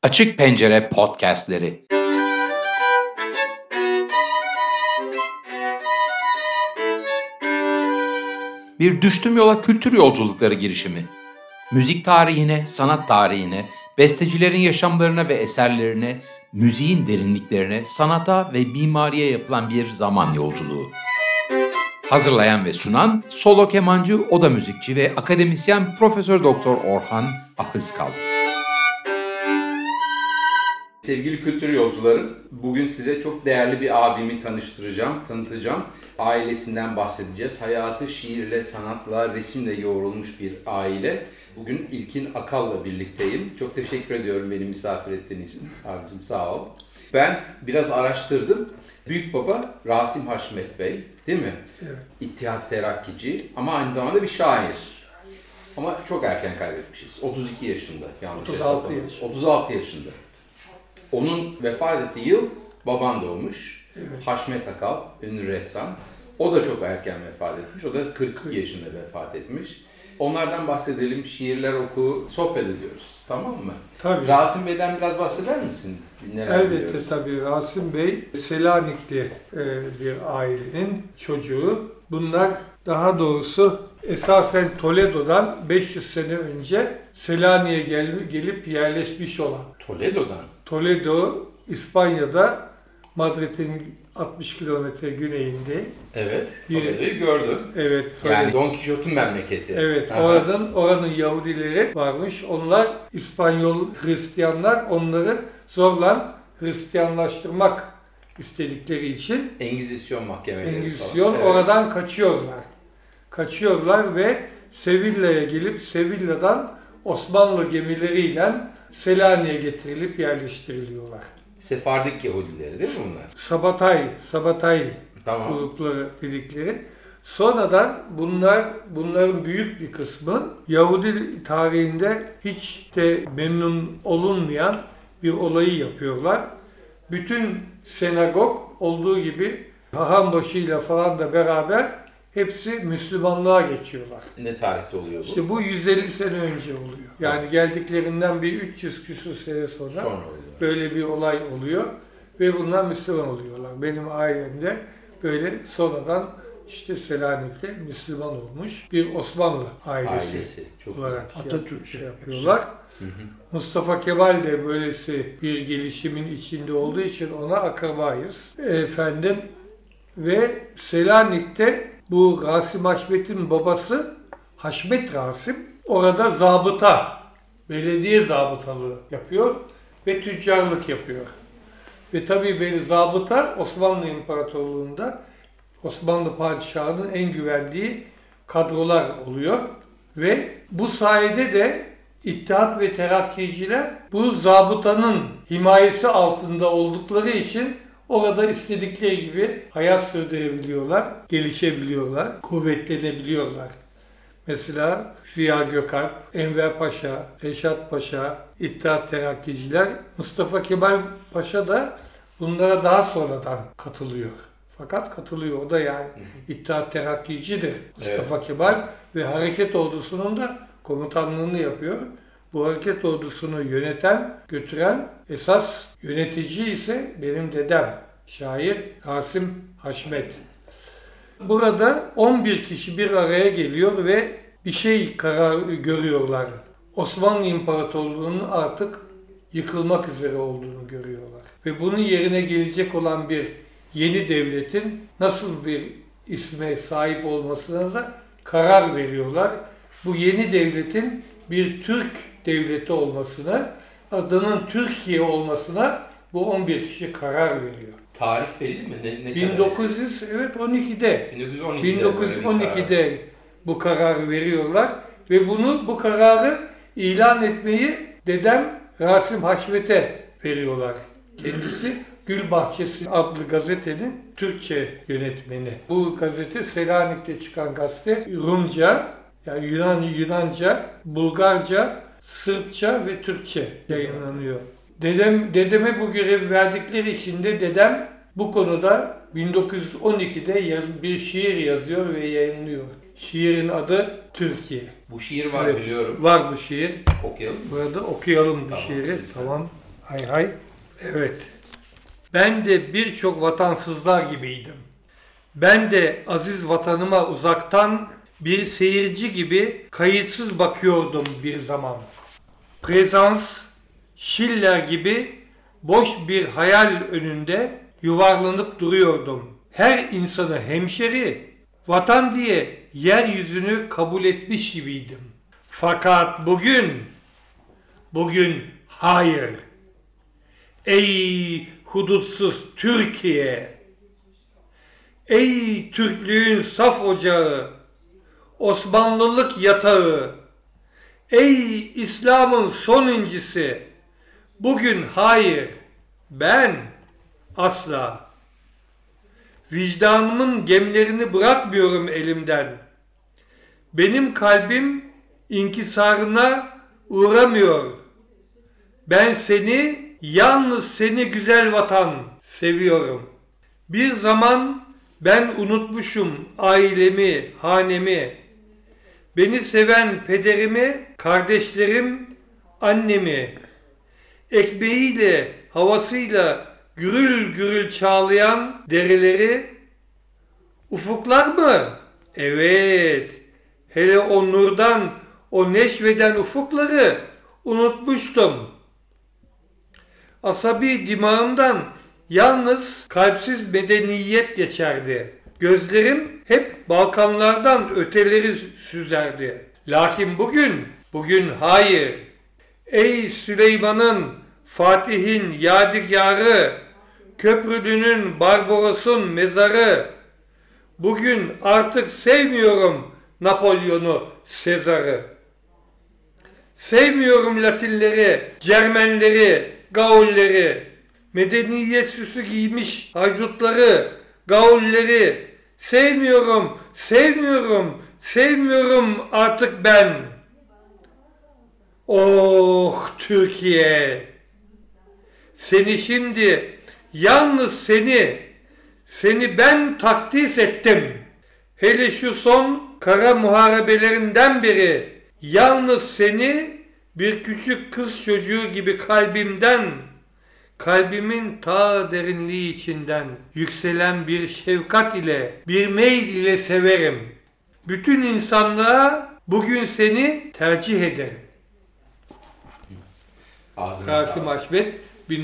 Açık Pencere Podcastleri. Bir Düştüm Yola kültür yolculukları girişimi. Müzik tarihine, sanat tarihine, bestecilerin yaşamlarına ve eserlerine, müziğin derinliklerine, sanata ve mimariye yapılan bir zaman yolculuğu. Hazırlayan ve sunan solo kemancı, oda müzikçi ve akademisyen Profesör Doktor Orhan Ahıskal. Sevgili kültür yolcularım, bugün size çok değerli bir abimi tanıtacağım. Ailesinden bahsedeceğiz. Hayatı şiirle, sanatla, resimle yoğrulmuş bir aile. Bugün İlkin Akal'la birlikteyim. Çok teşekkür ediyorum beni misafir ettiğin için. Abicim sağ ol. Ben biraz araştırdım. Büyük baba Rasim Haşmet Bey, değil mi? Evet. İttihat Terakkici ama aynı zamanda bir şair. Ama çok erken kaybetmişiz. 32 yaşında. 36 yaşında. Onun vefat ettiği yıl baban doğmuş. Evet. Haşmet Akal, ünlü ressam. O da çok erken vefat etmiş. O da 42 yaşında vefat etmiş. Onlardan bahsedelim, şiirler oku, sohbet ediyoruz. Tamam mı? Tabii. Rasim Bey'den biraz bahseder misin? Neler Elbette biliyoruz? tabii. Rasim Bey, Selanikli bir ailenin çocuğu. Bunlar daha doğrusu esasen Toledo'dan 500 sene önce Selanik'e gelip yerleşmiş olan. Toledo'dan? Toledo, İspanya'da, Madrid'in 60 kilometre güneyinde. Evet, Toledo'yu gördüm. Evet. Yani Don Quixote'un memleketi. Evet, oranın Yahudileri varmış. Onlar İspanyol Hristiyanlar, onları zorla Hristiyanlaştırmak istedikleri için Engizisyon mahkemeleri Engizisyon falan. oradan kaçıyorlar ve Sevilla'ya gelip Sevilla'dan Osmanlı gemileriyle Selanik'e getirilip yerleştiriliyorlar. Sefardik Yahudileri değil mi bunlar? Sabatay Tamam. grupları dedikleri. Sonradan bunların büyük bir kısmı Yahudi tarihinde hiç de memnun olunmayan bir olayı yapıyorlar. Bütün senagog olduğu gibi hahambaşıyla falan da beraber hepsi Müslümanlığa geçiyorlar. Ne tarihte oluyor bu? İşte bu 150 sene önce oluyor. Yani geldiklerinden bir 300 küsur sene sonra böyle bir olay oluyor ve bunlar Müslüman oluyorlar. Benim ailemde böyle sonradan işte Selanik'te Müslüman olmuş bir Osmanlı ailesi olarak Atatürk yapıyorlar. Hı hı. Mustafa Kemal de böylesi bir gelişimin içinde olduğu için ona akrabayız. Ve Selanik'te bu Rasim Haşmet'in babası Haşmet Rasim orada zabıta, belediye zabıtalığı yapıyor ve tüccarlık yapıyor. Ve tabii böyle zabıta Osmanlı İmparatorluğu'nda Osmanlı padişahının en güvendiği kadrolar oluyor. Ve bu sayede de İttihat ve Terakkiciler bu zabıtanın himayesi altında oldukları için orada istedikleri gibi hayat sürdürebiliyorlar, gelişebiliyorlar, kuvvetlenebiliyorlar. Mesela Ziya Gökalp, Enver Paşa, Reşat Paşa, İttihat Terakkiciler, Mustafa Kemal Paşa da bunlara daha sonradan katılıyor. Fakat katılıyor. O da yani İttihat Terakkicidir Mustafa Kemal ve hareket ordusunun da komutanlığını yapıyor. Bu hareket ordusunu götüren esas yönetici ise benim dedem, şair Rasim Haşmet. Burada 11 kişi bir araya geliyor ve bir şey görüyorlar. Osmanlı İmparatorluğu'nun artık yıkılmak üzere olduğunu görüyorlar. Ve bunun yerine gelecek olan bir yeni devletin nasıl bir isme sahip olmasına da karar veriyorlar. Bu yeni devletin bir Türk devleti olmasına, adının Türkiye olmasına bu 11 kişi karar veriyor. Tarih belli mi? Ne 1912'de. 1912'de. 1912'de bu kararı veriyorlar ve bu kararı ilan etmeyi dedem Rasim Haşmet'e veriyorlar. Kendisi Gül Bahçesi adlı gazetenin Türkçe yönetmeni. Bu gazete Selanik'te çıkan gazete Rumca, yani Yunanca, Bulgarca, Sırpça ve Türkçe yayınlanıyor. Dedeme bu görevi verdikleri için de dedem bu konuda 1912'de bir şiir yazıyor ve yayınlıyor. Şiirin adı Türkiye. Bu şiir var biliyorum. Var bu şiir. Okuyalım mı? Burada okuyalım bu şiiri. Lütfen. Tamam. Hay hay. Evet. Ben de birçok vatansızlar gibiydim. Ben de aziz vatanıma uzaktan bir seyirci gibi kayıtsız bakıyordum bir zaman. Prezans, Schiller gibi boş bir hayal önünde yuvarlanıp duruyordum. Her insanı hemşeri, vatan diye yeryüzünü kabul etmiş gibiydim. Fakat bugün hayır. Ey hudutsuz Türkiye! Ey Türklüğün saf ocağı! Osmanlılık yatağı! Ey İslam'ın son incisi! Bugün hayır, ben asla. Vicdanımın gemlerini bırakmıyorum elimden. Benim kalbim inkisarına uğramıyor. Ben seni, yalnız seni güzel vatan seviyorum. Bir zaman ben unutmuşum ailemi, hanemi. Beni seven pederimi, kardeşlerim, annemi. Ekmeğiyle, havasıyla gürül gürül çağlayan dereleri, ufuklar mı? Evet, hele o nurdan, o neşveden ufukları unutmuştum. Asabi dimağımdan yalnız kalpsiz medeniyet geçerdi. Gözlerim hep Balkanlardan öteleri süzerdi. Lakin bugün hayır. Ey Süleyman'ın, Fatih'in yadigarı, Köprülü'nün, Barbaros'un mezarı. Bugün artık sevmiyorum Napolyon'u, Sezar'ı. Sevmiyorum Latinleri, Cermenleri, Gaulleri, medeniyet süsü giymiş haydutları, Gaulleri. Sevmiyorum artık ben. Oh Türkiye! Seni şimdi, yalnız seni ben takdis ettim. Hele şu son kara muharebelerinden beri, yalnız seni bir küçük kız çocuğu gibi kalbimin ta derinliği içinden yükselen bir şefkat ile, bir meyil ile severim. Bütün insanlığa bugün seni tercih ederim. Kasım Haşmet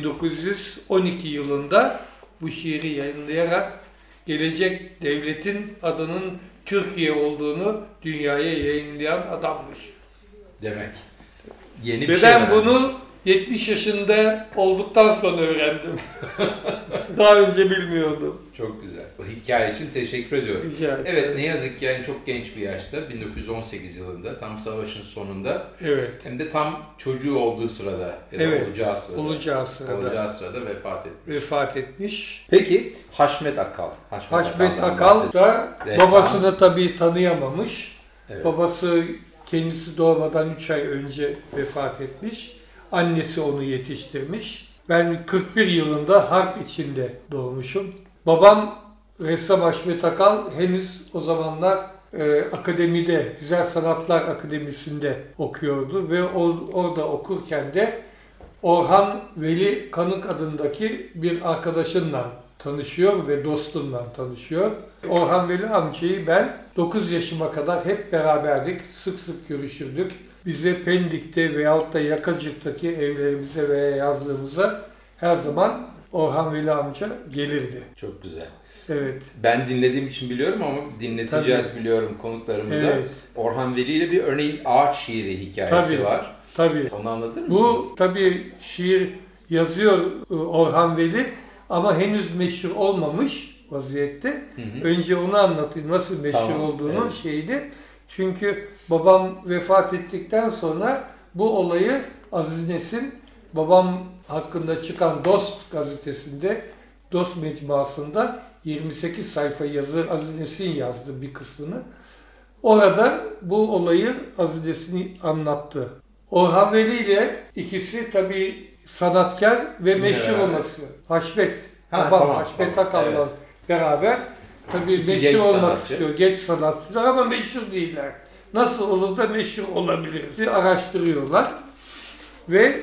1912 yılında bu şiiri yayınlayarak gelecek devletin adının Türkiye olduğunu dünyaya yayınlayan adammış. Demek. Yeni bir ve şey ben bunu 70 yaşında olduktan sonra öğrendim. Daha önce bilmiyordum. Çok güzel. Bu hikaye için teşekkür ediyorum. Evet, ne yazık ki yani çok genç bir yaşta 1918 yılında tam savaşın sonunda hem de tam çocuğu olduğu sırada ya da olacağı sırada vefat etmiş. Peki Haşmet Akal. Haşmet Akal da babasını tabii tanıyamamış. Evet. Babası kendisi doğmadan 3 ay önce vefat etmiş. Annesi onu yetiştirmiş. Ben 41 yılında harp içinde doğmuşum. Babam ressam Haşmet Akal henüz o zamanlar akademide, Güzel Sanatlar Akademisi'nde okuyordu ve orada okurken de Orhan Veli Kanık adındaki bir arkadaşınla tanışıyor ve dostunla tanışıyor. Orhan Veli amcayı ben 9 yaşıma kadar hep beraberdik, sık sık görüşürdük. Bize Pendik'te veyahut da Yakacık'taki evlerimize veya yazlığımıza her zaman Orhan Veli amca gelirdi. Çok güzel. Evet. Ben dinlediğim için biliyorum ama dinleteceğiz biliyorum konuklarımıza. Evet. Orhan Veli ile bir örneğin ağaç şiiri hikayesi var. Tabii. Onu anlatır mısın? Bu tabii şiir yazıyor Orhan Veli ama henüz meşhur olmamış vaziyette. Hı. Önce onu anlatayım nasıl meşhur olduğunu şeydi. Çünkü babam vefat ettikten sonra bu olayı Aziz Nesin babam hakkında çıkan Dost gazetesinde, Dost mecmuasında 28 sayfa yazı Aziz Nesin yazdı bir kısmını. Orada bu olayı Aziz Nesin anlattı. Orhan Veli ile ikisi tabii sanatkar ve meşhur olmak istiyor. Haşmet, Haşmet Akal'la beraber tabii meşhur olmak istiyor. Genç sanatçılar ama meşhur değiller. Nasıl olur da meşhur olabiliriz? Araştırıyorlar ve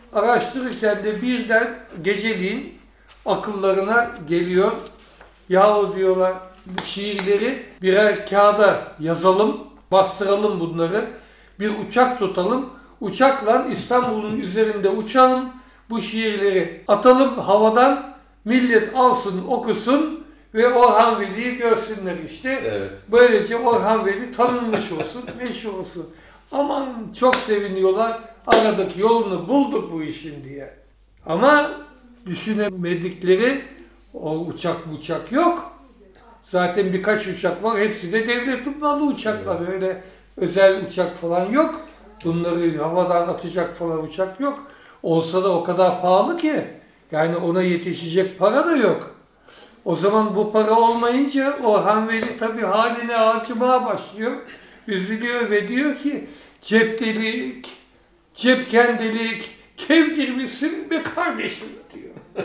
araştırırken de birden geceliğin akıllarına geliyor. Yahu diyorlar, bu şiirleri birer kağıda yazalım, bastıralım bunları. Bir uçak tutalım. Uçakla İstanbul'un üzerinde uçalım. Bu şiirleri atalım havadan. Millet alsın, okusun ve Orhan Veli'yi görsünler işte. Evet. Böylece Orhan Veli tanınmış olsun, meşhur olsun. Aman çok seviniyorlar. Aradık, yolunu bulduk bu işin diye. Ama düşünemedikleri o uçak yok. Zaten birkaç uçak var. Hepsi de devletin malı uçaklar. Evet. Öyle özel uçak falan yok. Bunları havadan atacak falan uçak yok. Olsa da o kadar pahalı ki. Yani ona yetişecek para da yok. O zaman bu para olmayınca Orhan Veli tabii haline acımaya başlıyor. Üzülüyor ve diyor ki cep delik, cepken delik, kev girmişsin be kardeşim diyor.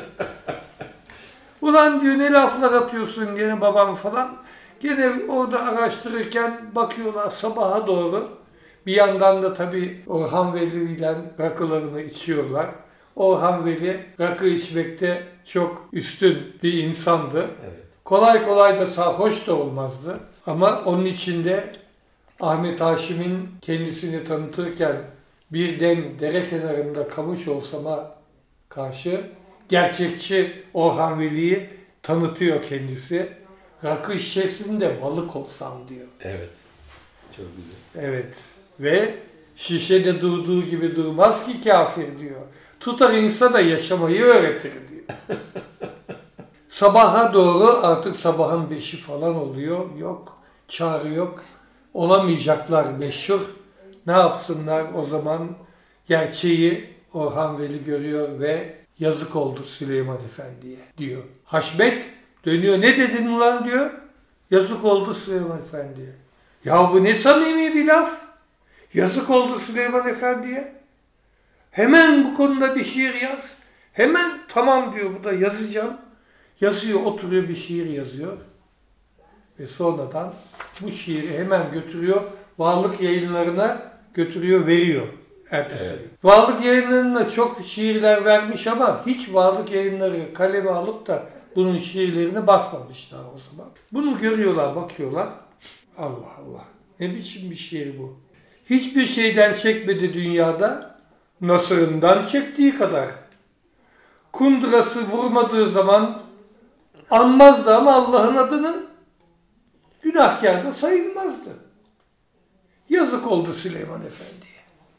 Ulan diyor ne laflar atıyorsun gene babam falan. Gene orada araştırırken bakıyorlar sabaha doğru. Bir yandan da tabii Orhan Veli ile rakılarını içiyorlar. Orhan Veli rakı içmekte çok üstün bir insandı. Evet. Kolay kolay da sarhoş da olmazdı. Ama onun içinde Ahmet Haşim'in kendisini tanıtırken bir dem dere kenarında kamış olsama karşı gerçekçi Orhan Veli'yi tanıtıyor kendisi. Rakı şişesinde balık olsam diyor. Evet. Çok güzel. Evet. Ve şişede durduğu gibi durmaz ki kafir diyor. Tutar insana yaşamayı öğretir diyor. Sabaha doğru artık sabahın 5'i falan oluyor. Yok. Çağrı yok. Olamayacaklar meşhur. Ne yapsınlar o zaman? Gerçeği Orhan Veli görüyor ve yazık oldu Süleyman Efendi'ye diyor. Haşmet dönüyor. Ne dedin ulan diyor. Yazık oldu Süleyman Efendi'ye. Ya bu ne samimi bir laf. Yazık oldu Süleyman Efendi'ye. Hemen bu konuda bir şiir yaz. Hemen tamam diyor bu da yazacağım. Yazıyor, oturuyor bir şiir yazıyor. Ve sonradan bu şiiri hemen götürüyor. Varlık Yayınları'na götürüyor, veriyor. Ertesi gün. Evet. Varlık Yayınları'na çok şiirler vermiş ama hiç Varlık Yayınları kaleme alıp da bunun şiirlerini basmamış daha o zaman. Bunu görüyorlar, bakıyorlar. Allah Allah. Ne biçim bir şiir bu? Hiçbir şeyden çekmedi dünyada. Nasırından çektiği kadar. Kundurası vurmadığı zaman anmazdı ama Allah'ın adını günahkar da sayılmazdı. Yazık oldu Süleyman Efendi'ye.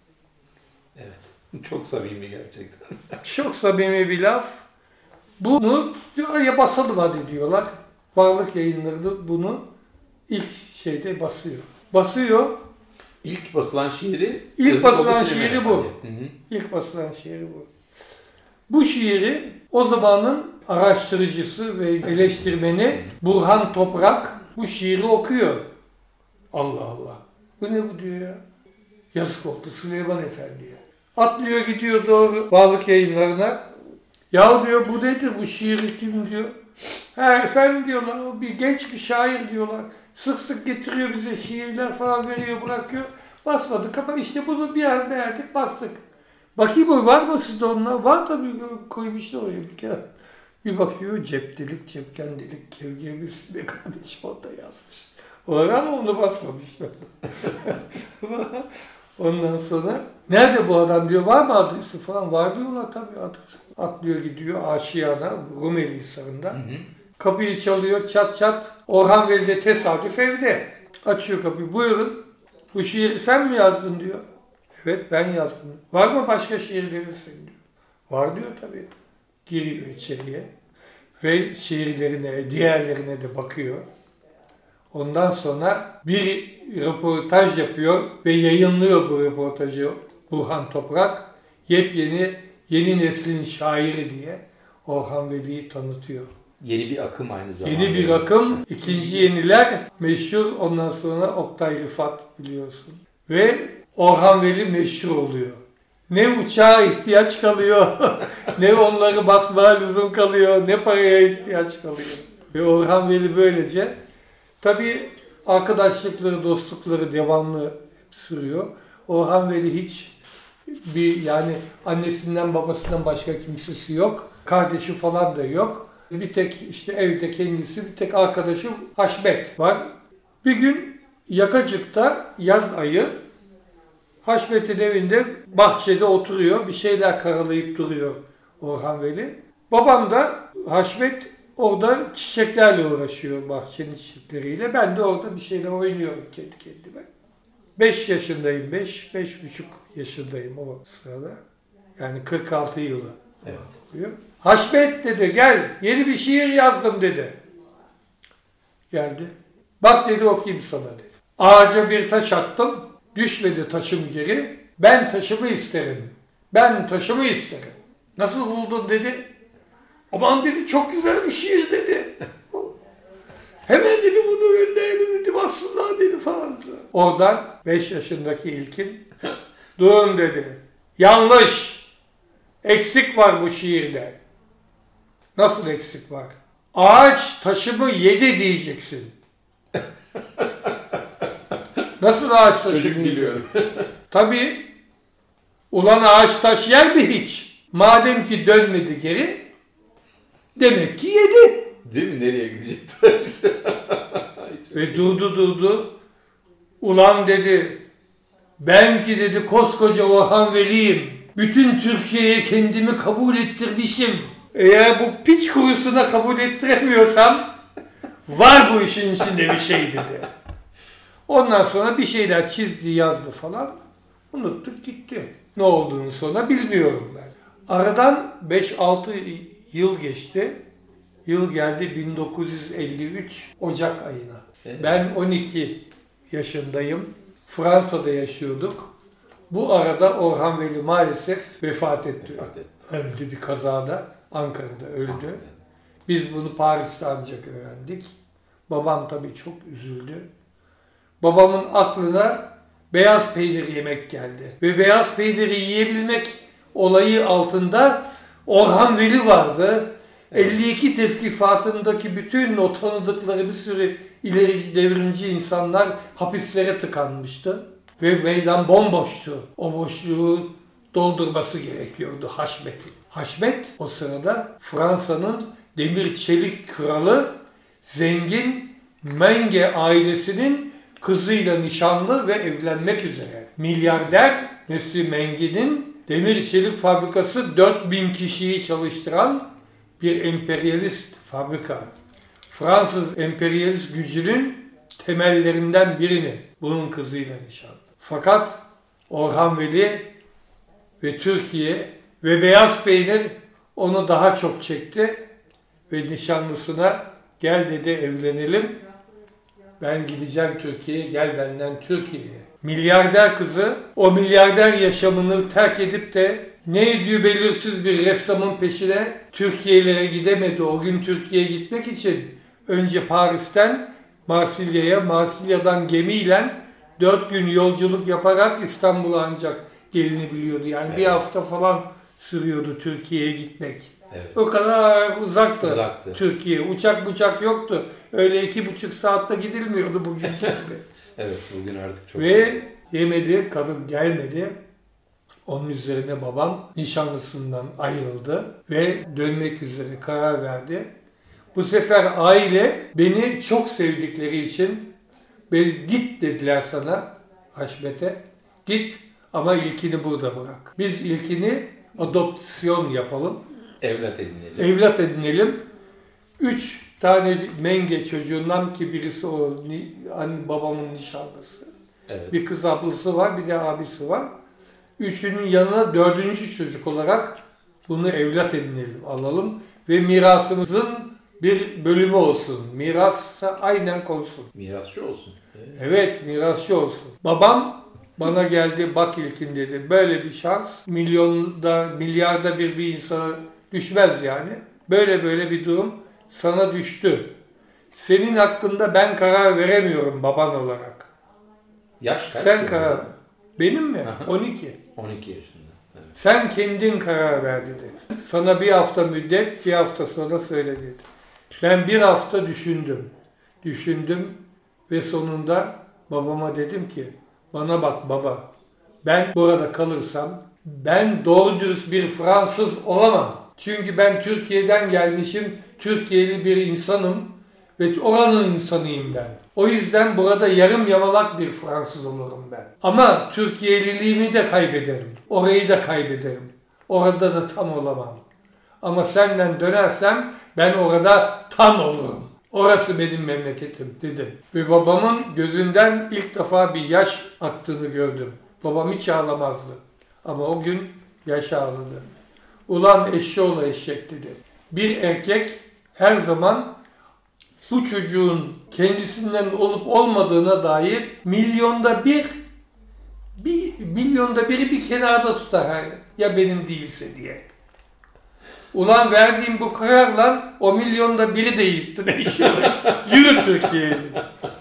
Evet. Çok samimi gerçekten. Çok samimi bir laf. Bunu ya basalım hadi diyorlar. Varlık Yayınları bunu ilk şeyde basıyor. Basıyor. İlk basılan şiiri İlk basılan şiiri bu. Hı hı. İlk basılan şiiri bu. Bu şiiri o zamanın araştırıcısı ve eleştirmeni Burhan Toprak bu şiiri okuyor. Allah Allah. Bu ne bu diyor ya? Yazık oldu Süleyman Efendi'ye. Atlıyor gidiyor doğru Varlık Yayınları'na. Ya diyor bu nedir bu şiiri kim diyor. Efendim diyorlar o bir genç bir şair diyorlar. Sık sık getiriyor bize şiirler falan veriyor bırakıyor. Basmadık ama işte bunu bir yer beğendik bastık. Bakayım o var mı sizde onlar? Var tabii koymuşlar oraya bir kere. Bir bakıyor cep delik, cepken delik, kevgirmiş be kardeşim o da yazmış. Onlar ama onu basmamışlar. Ondan sonra nerede bu adam diyor var mı adresi falan var diyorlar tabii adresi. Atlıyor gidiyor Aşiyana Rumeli Hisarı'nda. Hı hı. Kapıyı çalıyor çat çat. Orhan Veli de tesadüf evde. Açıyor kapıyı buyurun. Bu şiiri sen mi yazdın diyor. Evet ben yazdım. Var mı başka şiirlerin senin diyor. Var diyor tabii. Giriyor içeriye. Ve şiirlerine, diğerlerine de bakıyor. Ondan sonra bir röportaj yapıyor ve yayınlıyor bu röportajı Burhan Toprak. Yeni neslin şairi diye Orhan Veli'yi tanıtıyor. Yeni bir akım aynı zamanda. Yeni bir akım. İkinci yeniler meşhur. Ondan sonra Oktay Rıfat biliyorsun. Ve Orhan Veli meşhur oluyor. Ne uçağa ihtiyaç kalıyor, ne onları basmaya lüzum kalıyor, ne paraya ihtiyaç kalıyor. Ve Orhan Veli böylece tabii arkadaşlıkları, dostlukları devamlı sürüyor. Orhan Veli hiç Yani annesinden babasından başka kimsesi yok. Kardeşi falan da yok. Bir tek işte evde kendisi, bir tek arkadaşı Haşmet var. Bir gün Yakacık'ta yaz ayı Haşmet'in evinde bahçede oturuyor. Bir şeyler karalayıp duruyor Orhan Veli. Babam da Haşmet orada çiçeklerle uğraşıyor, bahçenin çiçekleriyle. Ben de orada bir şeyler oynuyorum kendi kendime. 5 yaşındayım, 5,5 yaşındayım o sırada. Yani 46 yılı. Evet. Oluyor. Haşmet dedi, gel yeni bir şiir yazdım dedi. Geldi. Bak dedi, okuyayım sana dedi. Ağaca bir taş attım, düşmedi taşım geri. Ben taşımı isterim. Ben taşımı isterim. Nasıl buldun dedi. Aman dedi, çok güzel bir şiir dedi. Hemen dedi bunu gönderelim dedi, aslında dedi falan. Oradan 5 yaşındaki İlkin, durun dedi. Yanlış. Eksik var bu şiirde. Nasıl eksik var? Ağaç taşımı yedi diyeceksin. Nasıl ağaç taşımı yedi? Tabii. Ulan ağaç taş yer mi hiç? Madem ki dönmedi geri, demek ki yedi. Değil mi? Nereye gidecek taş? Ve durdu. Ulan dedi, ben ki dedi koskoca Orhan Veli'yim. Bütün Türkiye'ye kendimi kabul ettirmişim. Eğer bu piç kurusuna kabul ettiremiyorsam var bu işin içinde bir şey dedi. Ondan sonra bir şeyler çizdi, yazdı falan. Unuttuk gitti. Ne olduğunu sonra bilmiyorum ben. Aradan 5-6 yıl geçti. Yıl geldi 1953 Ocak ayına. Evet. Ben 12 yaşındayım. Fransa'da yaşıyorduk. Bu arada Orhan Veli maalesef vefat etti. Öldü bir kazada. Ankara'da öldü. Biz bunu Paris'te ancak öğrendik. Babam tabii çok üzüldü. Babamın aklına beyaz peynir yemek geldi. Ve beyaz peyniri yiyebilmek olayı altında Orhan Veli vardı. 52 tevkifatındaki bütün o tanıdıkları bir sürü ilerici devrimci insanlar hapislere tıkanmıştı. Ve meydan bomboştu. O boşluğu doldurması gerekiyordu Haşmet'in. Haşmet o sırada Fransa'nın demir çelik kralı zengin Menge ailesinin kızıyla nişanlı ve evlenmek üzere. Milyarder Monsieur Menge'nin demir çelik fabrikası 4000 kişiyi çalıştıran bir emperyalist fabrika. Fransız emperyalist gücünün temellerinden birini bunun kızıyla nişanlı. Fakat Orhan Veli ve Türkiye ve beyaz peynir onu daha çok çekti ve nişanlısına gel dedi, evlenelim. Ben gideceğim Türkiye'ye, gel benden Türkiye'ye. Milyarder kızı o milyarder yaşamını terk edip de ne ediyor belirsiz bir ressamın peşine Türkiye'lere gidemedi. O gün Türkiye'ye gitmek için önce Paris'ten Marsilya'ya, Marsilya'dan gemiyle 4 gün yolculuk yaparak İstanbul'a ancak gelinebiliyordu. Yani evet. Bir hafta falan sürüyordu Türkiye'ye gitmek. Evet. O kadar uzaktı. Türkiye. Uçak yoktu. Öyle 2,5 saatte gidilmiyordu bugün gibi. Evet, bugün artık çok... Ve yemedi, kadın gelmedi. Onun üzerine babam nişanlısından ayrıldı ve dönmek üzere karar verdi. Bu sefer aile beni çok sevdikleri için git dediler sana Haşmet'e. Git ama İlkin'i burada bırak. Biz İlkin'i adopsiyon yapalım. Evlat edinelim. 3 tane Menge çocuğundan ki birisi o babamın nişanlısı. Evet. Bir kız ablası var, bir de abisi var. Üçünün yanına 4. çocuk olarak bunu evlat edinelim, alalım ve mirasımızın bir bölümü olsun. Mirassa aynen konsun. Mirasçı olsun. Evet, mirasçı olsun. Babam bana geldi, bak İlkin dedi. Böyle bir şans milyarda bir insana düşmez yani. Böyle bir durum sana düştü. Senin hakkında ben karar veremiyorum baban olarak. Yaş kaç? Sen karar. Benim mi? Aha. 12. 12 yaşında. Evet. Sen kendin karar ver dedi. Sana bir hafta müddet, bir hafta sonra söyle dedi. Ben bir hafta düşündüm ve sonunda babama dedim ki, bana bak baba, ben burada kalırsam ben doğru dürüst bir Fransız olamam. Çünkü ben Türkiye'den gelmişim, Türkiye'li bir insanım ve oranın insanıyım ben. O yüzden burada yarım yamalak bir Fransız olurum ben. Ama Türkiye'liliğimi de kaybederim, orayı da kaybederim. Orada da tam olamam. Ama senden dönersem ben orada tam olurum. Orası benim memleketim dedim. Ve babamın gözünden ilk defa bir yaş aktığını gördüm. Babam hiç ağlamazdı. Ama o gün yaş ağladı. Ulan eşşoğlu eşek dedi. Bir erkek her zaman bu çocuğun kendisinden olup olmadığına dair milyonda biri bir kenarda tutar. Ya benim değilse diye. Ulan verdiğim bu kararla o milyonda biri de yıktın eşşoğlu. Yürü Türkiye'ye dedi.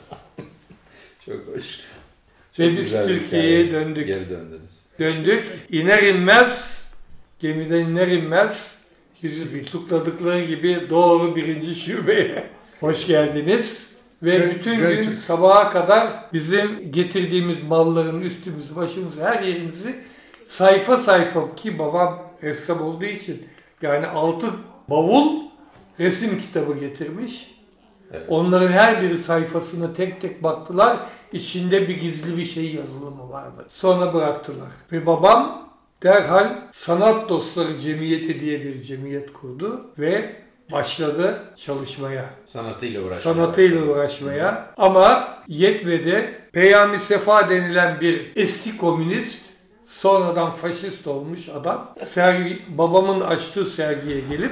Çok hoş. Ve biz Türkiye'ye döndük. Geri döndünüz. Döndük. İner inmez, gemiden iner inmez bizi tutukladıkları gibi doğru 1. şubeye hoş geldiniz. Ve bütün gün sabaha kadar bizim getirdiğimiz malların üstümüzü, başımızı, her yerimizi sayfa sayfa, ki babam ressam olduğu için yani 6 bavul resim kitabı getirmiş. Evet. Onların her biri sayfasına tek tek baktılar. İçinde bir gizli bir şey yazılı mı var mı? Sonra bıraktılar. Ve babam derhal Sanat Dostları Cemiyeti diye bir cemiyet kurdu ve başladı çalışmaya. Sanatıyla uğraşmaya. Ama yetmedi. Peyami Sefa denilen bir eski komünist, sonradan faşist olmuş adam, babamın açtığı sergiye gelip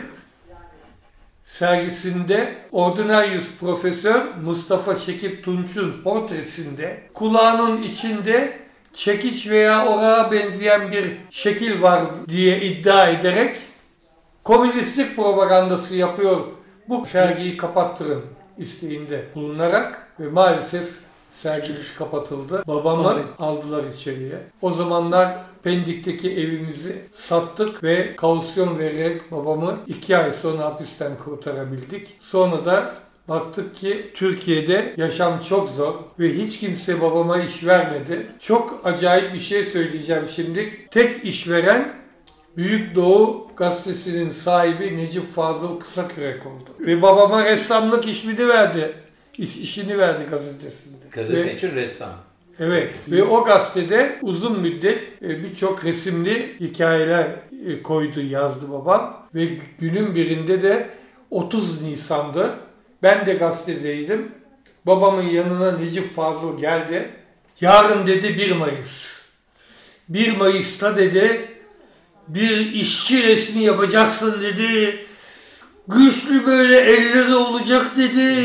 sergisinde Ordinarius Profesör Mustafa Şekip Tunç'un portresinde kulağının içinde çekiç veya orağa benzeyen bir şekil var diye iddia ederek komünistlik propagandası yapıyor. Bu sergiyi kapattırın isteğinde bulunarak ve maalesef sergimiz kapatıldı. Babamı aldılar içeriye. O zamanlar Pendik'teki evimizi sattık ve kausyon vererek babamı 2 ay sonra hapisten kurtarabildik. Sonra da baktık ki Türkiye'de yaşam çok zor ve hiç kimse babama iş vermedi. Çok acayip bir şey söyleyeceğim şimdi. Tek işveren Büyük Doğu Gazetesi'nin sahibi Necip Fazıl Kısakürek oldu. Ve babama ressamlık işini verdi. İşini verdi gazetesinde. Gazete için ressam. Evet. Ve o gazetede uzun müddet birçok resimli hikayeler koydu, yazdı babam. Ve günün birinde de 30 Nisan'dı. Ben de gazetedeydim. Babamın yanına Necip Fazıl geldi. Yarın dedi 1 Mayıs. 1 Mayıs'ta dedi bir işçi resmi yapacaksın dedi. Güçlü böyle elleri olacak dedi.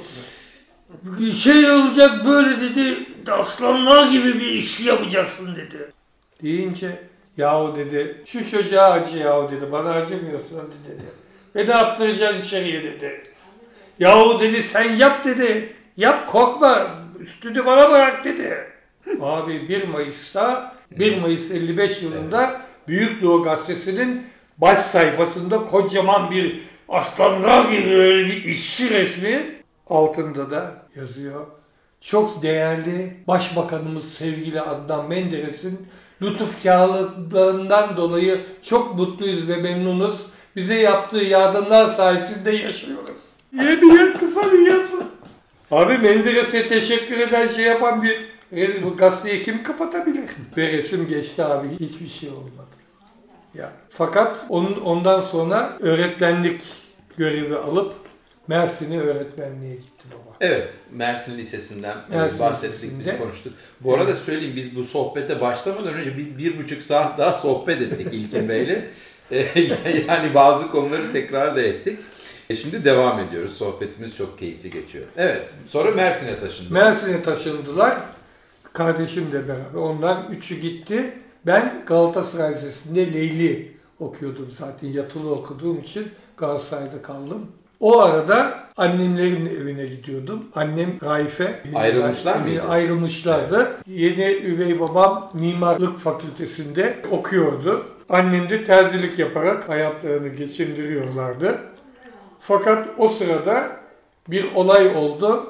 Şey olacak böyle dedi. Aslanlar gibi bir iş yapacaksın dedi. Deyince yahu dedi şu çocuğa acı yahu dedi. Bana acımıyorsun dedi. Beni attıracaksın içeriye dedi. Yahu dedi sen yap dedi. Yap korkma. Üstünü bana bırak dedi. Abi 1 Mayıs'ta 1 Mayıs 55 yılında Büyük Doğu Gazetesi'nin baş sayfasında kocaman bir aslanlar gibi öyle bir işçi resmi, altında da yazıyor. Çok değerli Başbakanımız sevgili Adnan Menderes'in lütufkarlığından dolayı çok mutluyuz ve memnunuz. Bize yaptığı yardımlar sayesinde yaşıyoruz. Bir kısa bir yazı. Abi Menderes'e teşekkür eden şey yapan bu gazeteyi kim kapatabilir? Ve resim geçti abi. Hiçbir şey olmadı. Ya. Fakat ondan sonra öğretmenlik görevi alıp Mersin'e öğretmenliğe gitti baba. Evet. Mersin Lisesi'nden bahsettik, biz konuştuk. Bu arada söyleyeyim, biz bu sohbete başlamadan önce 1,5 saat daha sohbet ettik İlkin Bey'le. Yani bazı konuları tekrar da ettik. Şimdi devam ediyoruz. Sohbetimiz çok keyifli geçiyor. Evet. Sonra Mersin'e taşındılar. Mersin'e taşındılar. Kardeşimle beraber. Onlar 3'ü gitti. Ben Galatasaray Lisesi'nde Leyli okuyordum zaten. Yatılı okuduğum için Galatasaray'da kaldım. O arada annemlerin evine gidiyordum. Annem Raife. Ayrılmışlar mıydı? Ayrılmışlardı. Evet. Yeni üvey babam Mimarlık Fakültesi'nde okuyordu. Annem de terzilik yaparak hayatlarını geçindiriyorlardı. Fakat o sırada bir olay oldu.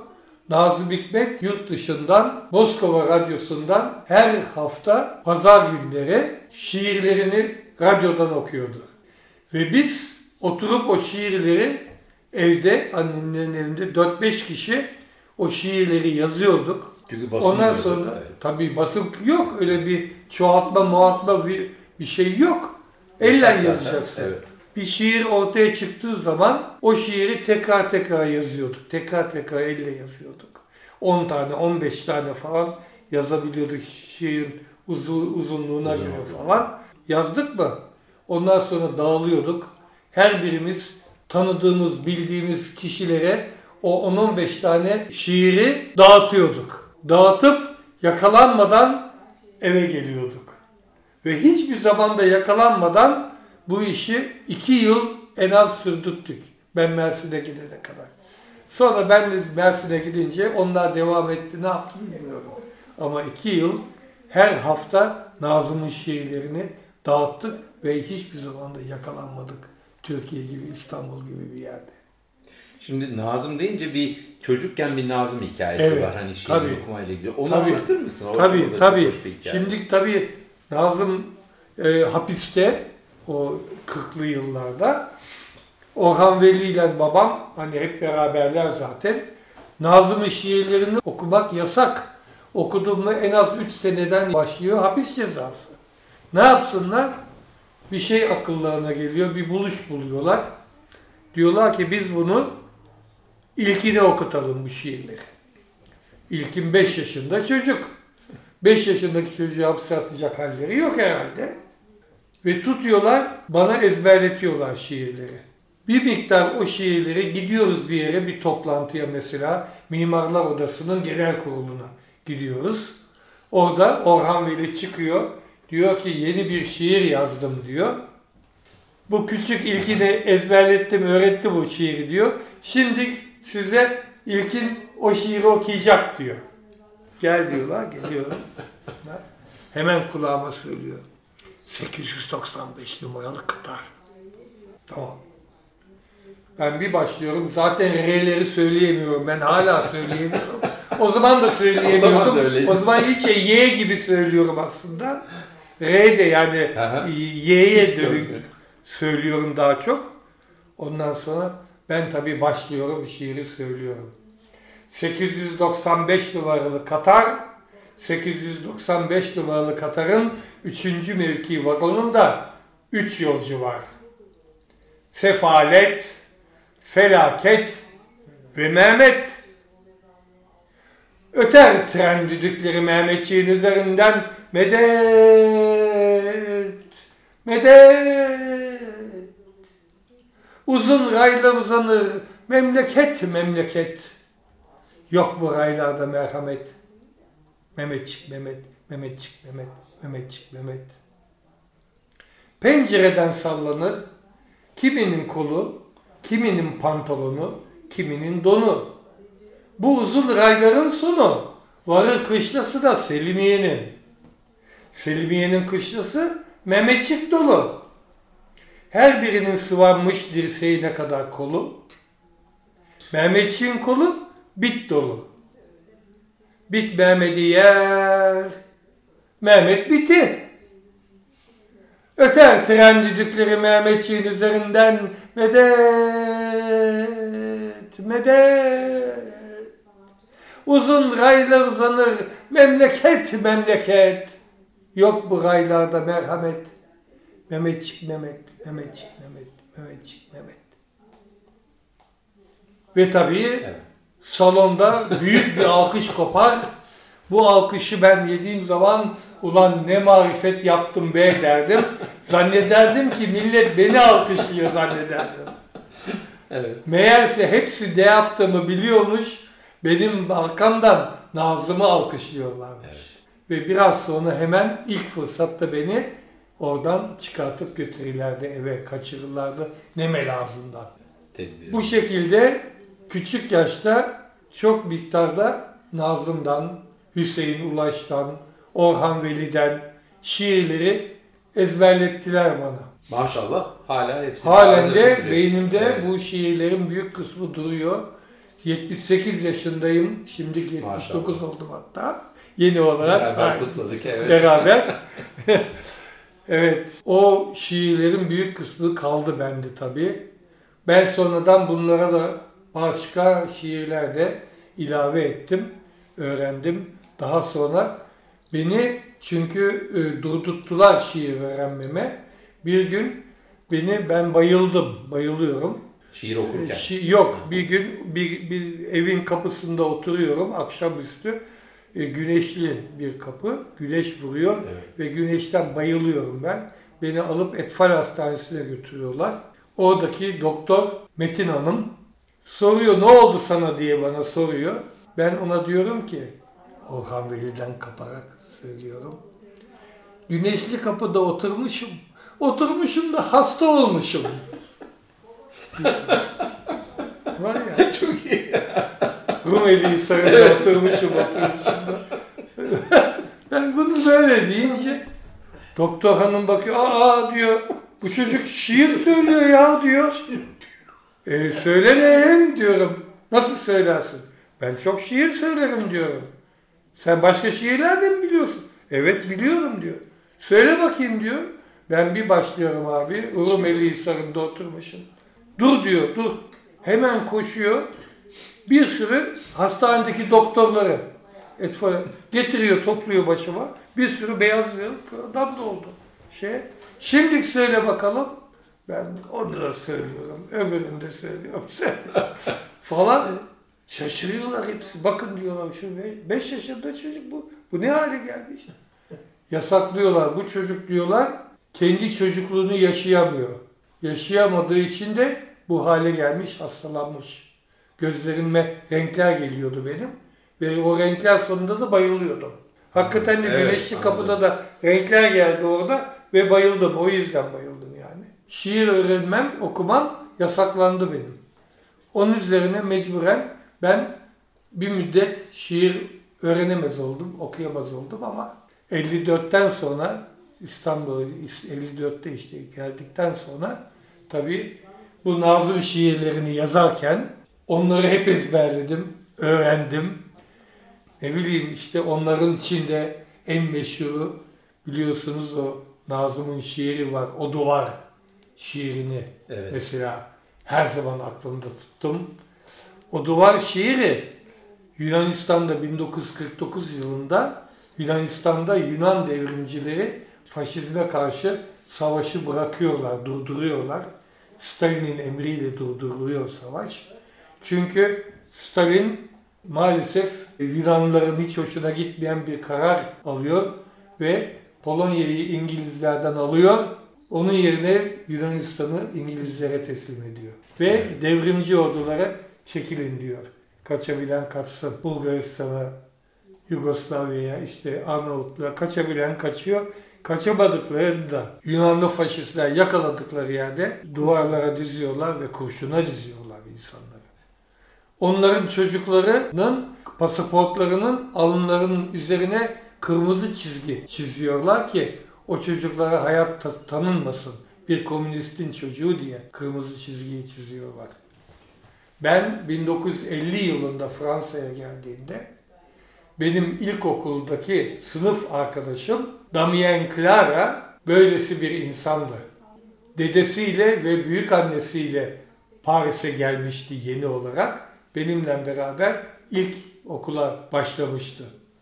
Nazım Hikmet yurt dışından, Moskova Radyosu'ndan her hafta pazar günleri şiirlerini radyodan okuyordu. Ve biz oturup o şiirleri evde, annemlerin evinde 4-5 kişi o şiirleri yazıyorduk. Çünkü basın ondan sonra evet. Tabii basın yok. Öyle bir çoğaltma bir şey yok. Elle yazacaksın. Evet. Bir şiir ortaya çıktığı zaman o şiiri tekrar yazıyorduk. Tekrar elle yazıyorduk. 10 tane, 15 tane falan yazabiliyorduk şiirin uzunluğuna göre falan. Yazdık mı? Ondan sonra dağılıyorduk. Her birimiz tanıdığımız, bildiğimiz kişilere o 10-15 tane şiiri dağıtıyorduk. Dağıtıp yakalanmadan eve geliyorduk. Ve hiçbir zamanda yakalanmadan bu işi 2 yıl en az sürdürttük. Ben Mersin'e gidene kadar. Sonra ben de Mersin'e gidince onlar devam etti. Ne yaptı bilmiyorum. Ama 2 yıl her hafta Nazım'ın şiirlerini dağıttık ve hiçbir zaman da yakalanmadık. Türkiye gibi, İstanbul gibi bir yerde. Şimdi Nazım deyince bir çocukken bir Nazım hikayesi var. Hani şiir okumayla ilgili. Onu anlatır mısın? Tabii. Şimdi tabii Nazım hapiste o 40'lı yıllarda Orhan Veli ile babam hani hep beraberler zaten. Nazım'ın şiirlerini okumak yasak. Okuduğumda en az 3 seneden başlıyor hapis cezası. Ne yapsınlar? Bir şey akıllarına geliyor, bir buluş buluyorlar. Diyorlar ki biz bunu İlkin'e okutalım bu şiirleri. İlkin 5 yaşında çocuk. 5 yaşındaki çocuğu hapse atacak halleri yok herhalde. Ve tutuyorlar, bana ezberletiyorlar şiirleri. Bir miktar o şiirleri gidiyoruz bir yere, bir toplantıya mesela, Mimarlar Odası'nın genel kuruluna gidiyoruz. Orada Orhan Veli çıkıyor, diyor ki yeni bir şiir yazdım diyor. Bu küçük İlkin'e ezberlettim, öğretti bu şiiri diyor. Şimdi size İlkin o şiiri okuyacak diyor. Gel diyorlar, geliyorum. Hemen kulağıma söylüyor. 895 numaralı Katar. Tamam. Ben bir başlıyorum. Zaten R'leri söyleyemiyorum. Ben hala söyleyemiyorum. O zaman da söyleyemiyordum. O zaman hiç Y gibi söylüyorum aslında. R de yani Y'ye dönük söylüyorum daha çok. Ondan sonra ben tabii başlıyorum, şiiri söylüyorum. 895 numaralı Katar, 895 numaralı Katar'ın 3. mevki vagonunda 3 yolcu var. Sefalet, felaket ve Mehmet. Öter tren düdükleri Mehmetçiğin üzerinden medet, medet. Uzun raylar uzanır memleket memleket. Yok bu raylarda merhamet. Mehmetçik Mehmet, Mehmetçik Mehmet, Mehmetçik Mehmet. Pencereden sallanır kiminin kolu, kiminin pantolonu, kiminin donu. Bu uzun rayların sonu varır kışlası da Selimiye'nin. Selimiye'nin kışlası Mehmetçik dolu. Her birinin sıvanmış dirseğine kadar kolu. Mehmetçiğin kolu bit dolu. Bit Mehmet'i yer, Mehmet biti. Öter tren düdükleri Mehmetçiğin üzerinden medet, medet. Uzun raylar uzanır memleket memleket. Yok bu raylarda merhamet. Mehmetçik Mehmet, Mehmetçik Mehmet, Mehmetçik Mehmet. Ve tabii salonda büyük bir alkış kopar. Bu alkışı ben yediğim zaman ulan ne marifet yaptım be derdim. Zannederdim ki millet beni alkışlıyor zannederdim. Evet. Meğerse hepsi ne yaptığımı biliyormuş. Benim arkamdan Nazım'ı alkışlıyorlarmış. Evet. Ve biraz sonra hemen ilk fırsatta beni oradan çıkartıp götürürlerdi eve, kaçırırlardı Nemel ağzından. Bu şekilde küçük yaşta çok miktarda Nazım'dan, Hüseyin Ulaş'tan, Orhan Veli'den şiirleri ezberlettiler bana. Maşallah hala hepsi. Halen de beynimde bu şiirlerin büyük kısmı duruyor. 78 yaşındayım. Şimdi 79 maşallah. Oldum hatta. Yeni olarak. Beraber kutladık, evet. Beraber. Evet. O şiirlerin büyük kısmı kaldı bende tabii. Ben sonradan bunlara da başka şiirler de ilave ettim. Öğrendim. Daha sonra beni çünkü durdurttular şiir öğrenmeme. Bir gün ben bayılıyorum. Şiir okurken? Yok, bir gün bir evin kapısında oturuyorum akşamüstü. Güneşli bir kapı, güneş vuruyor, evet. Ve güneşten bayılıyorum ben. Beni alıp Etfal Hastanesi'ne götürüyorlar. Oradaki doktor Metin Hanım soruyor, ne oldu sana diye bana soruyor. Ben ona diyorum ki, Orhan Veli'den kaparak söylüyorum. Güneşli kapıda oturmuşum da hasta olmuşum. Var ya. Çok iyi. Rumeli Sarayı'nda oturmuşum da. Ben bunu böyle deyince doktor hanım bakıyor, diyor, bu çocuk şiir söylüyor ya diyor. Söylerim diyorum. Nasıl söylersin? Ben çok şiir söylerim diyorum. Sen başka şiirler de mi biliyorsun? Evet biliyorum diyor. Söyle bakayım diyor. Ben bir başlıyorum abi. Rumeli Sarayı'nda oturmuşum. Dur diyor, dur. Hemen koşuyor. Bir sürü hastanedeki doktorları getiriyor, topluyor başıma. Bir sürü beyaz adam da oldu. Şimdi söyle bakalım. Ben onu da söylüyorum, öbürünü de söylüyorum. Falan. Şaşırıyorlar hepsi. Bakın diyorlar, şu 5 yaşında çocuk bu. Bu ne hale gelmiş? Yasaklıyorlar. Bu çocuk diyorlar kendi çocukluğunu yaşayamıyor. Yaşayamadığı için de bu hale gelmiş, hastalanmış. Gözlerime renkler geliyordu benim. Ve o renkler sonunda da bayılıyordum. Hakikaten de Güneşli Kapı'da da renkler geldi orada ve bayıldım. O yüzden bayıldım yani. Şiir öğrenmem, okumam yasaklandı benim. Onun üzerine mecburen ben bir müddet şiir öğrenemez oldum, okuyamaz oldum ama 54'ten sonra İstanbul'a 54'te işte geldikten sonra tabii bu Nazım şiirlerini yazarken onları hep ezberledim, öğrendim. Ne bileyim işte onların içinde en meşhuru biliyorsunuz o Nazım'ın şiiri var. O Duvar şiirini mesela her zaman aklımda tuttum. O Duvar şiiri Yunanistan'da 1949 yılında Yunanistan'da Yunan devrimcileri faşizme karşı savaşı bırakıyorlar, durduruyorlar. Stalin'in emriyle durduruluyor savaş. Çünkü Stalin maalesef Yunanlıların hiç hoşuna gitmeyen bir karar alıyor ve Polonya'yı İngilizlerden alıyor. Onun yerine Yunanistan'ı İngilizlere teslim ediyor. Ve devrimci ordulara çekilin diyor. Kaçabilen kaçsın. Bulgaristan'a, Yugoslavya'ya, işte Arnavutluğa kaçabilen kaçıyor. Kaçamadıkları da Yunanlı faşistler yakaladıkları yerde duvarlara diziyorlar ve kurşuna diziyorlar insanları. Onların çocuklarının pasaportlarının alınlarının üzerine kırmızı çizgi çiziyorlar ki o çocuklara hayat tanınmasın. Bir komünistin çocuğu diye kırmızı çizgiyi çiziyorlar. Ben 1950 yılında Fransa'ya geldiğimde benim ilkokuldaki sınıf arkadaşım Damien Clara böylesi bir insandı. Dedesiyle ve büyükannesiyle Paris'e gelmişti yeni olarak. Benimle beraber ilk okula başlamıştı.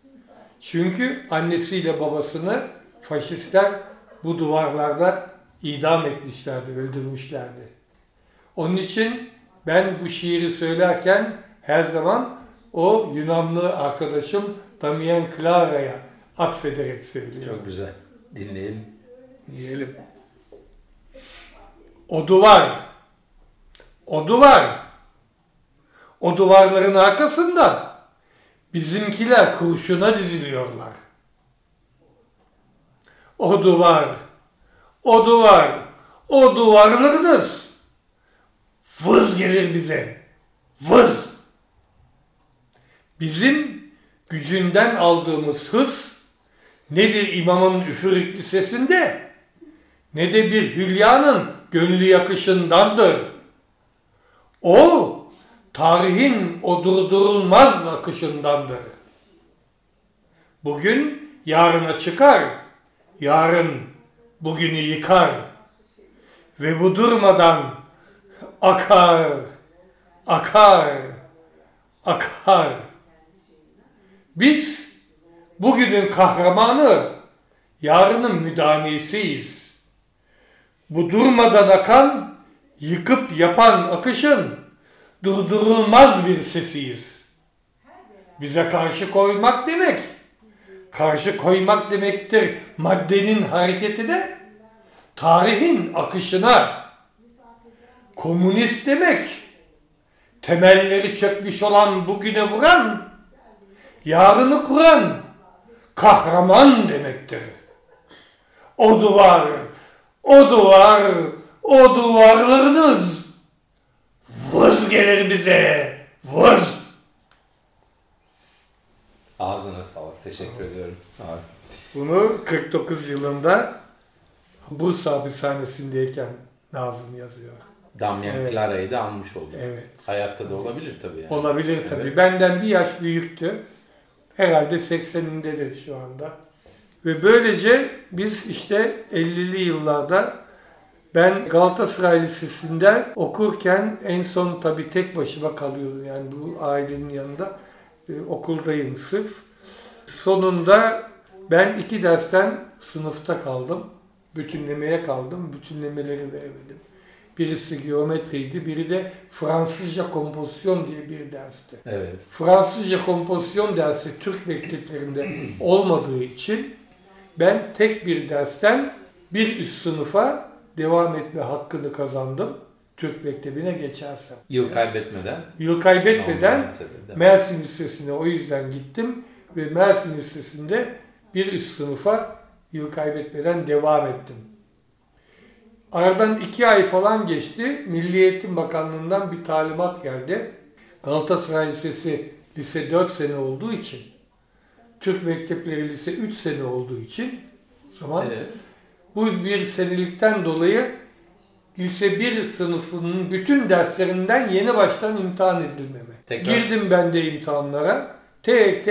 Çünkü annesiyle babasını faşistler bu duvarlarda idam etmişlerdi, öldürmüşlerdi. Onun için ben bu şiiri söylerken her zaman o Yunanlı arkadaşım Damien Clara'ya atfederek söylüyorum. Çok güzel. Dinleyelim. Diyelim. O duvar. O duvar. O duvarların arkasında bizimkiler kurşuna diziliyorlar. O duvar. O duvar. O duvarlarınız. Vız gelir bize. Vız. Bizim gücünden aldığımız hız ne bir imamın üfürüklü sesinde ne de bir hülyanın gönlü yakışındandır. O tarihin o durdurulmaz akışındandır. Bugün yarına çıkar, yarın bugünü yıkar ve bu durmadan akar, akar, akar. Biz bugünün kahramanı, yarının müdanisiyiz. Bu durmadan akan, yıkıp yapan akışın durdurulmaz bir sesiyiz. Bize karşı koymak demek, karşı koymak demektir maddenin hareketine, tarihin akışına. Komünist demek, temelleri çökmüş olan bugüne vuran, yarını kuran kahraman demektir. O duvar, o duvar, o duvarlarınız vız gelir bize, vız. Ağzına sağlık. Teşekkür ediyorum. Abi. Bunu 49 yılında Bursa hapishanesindeyken Nazım yazıyor. Damian Clara'yı da almış oldu. Evet. Hayatta da olabilir tabii. Yani. Olabilir tabii. Evet. Benden bir yaş büyüktü. Herhalde 80'indedir şu anda. Ve böylece biz işte 50'li yıllarda ben Galatasaray Lisesi'nde okurken en son tabii tek başıma kalıyordum. Yani bu ailenin yanında okuldayım sırf. Sonunda ben 2 dersten sınıfta kaldım. Bütünlemeye kaldım. Bütünlemeleri veremedim. Birisi geometriydi, biri de Fransızca kompozisyon diye bir dersti. Evet. Fransızca kompozisyon dersi Türk mekteplerinde olmadığı için ben tek bir dersten bir üst sınıfa devam etme hakkını kazandım. Türk mektebine geçersem. Yıl kaybetmeden. Yıl kaybetmeden Mersin Lisesi'ne o yüzden gittim ve Mersin Lisesi'nde bir üst sınıfa yıl kaybetmeden devam ettim. Aradan 2 ay falan geçti. Milli Eğitim Bakanlığı'ndan bir talimat geldi. Galatasaray Lisesi lise 4 sene olduğu için, Türk mektepleri lise 3 sene olduğu için o zaman bu bir senelikten dolayı lise 1 sınıfının bütün derslerinden yeni baştan imtihan edilmeme. Tekrar. Girdim ben de imtihanlara. Tek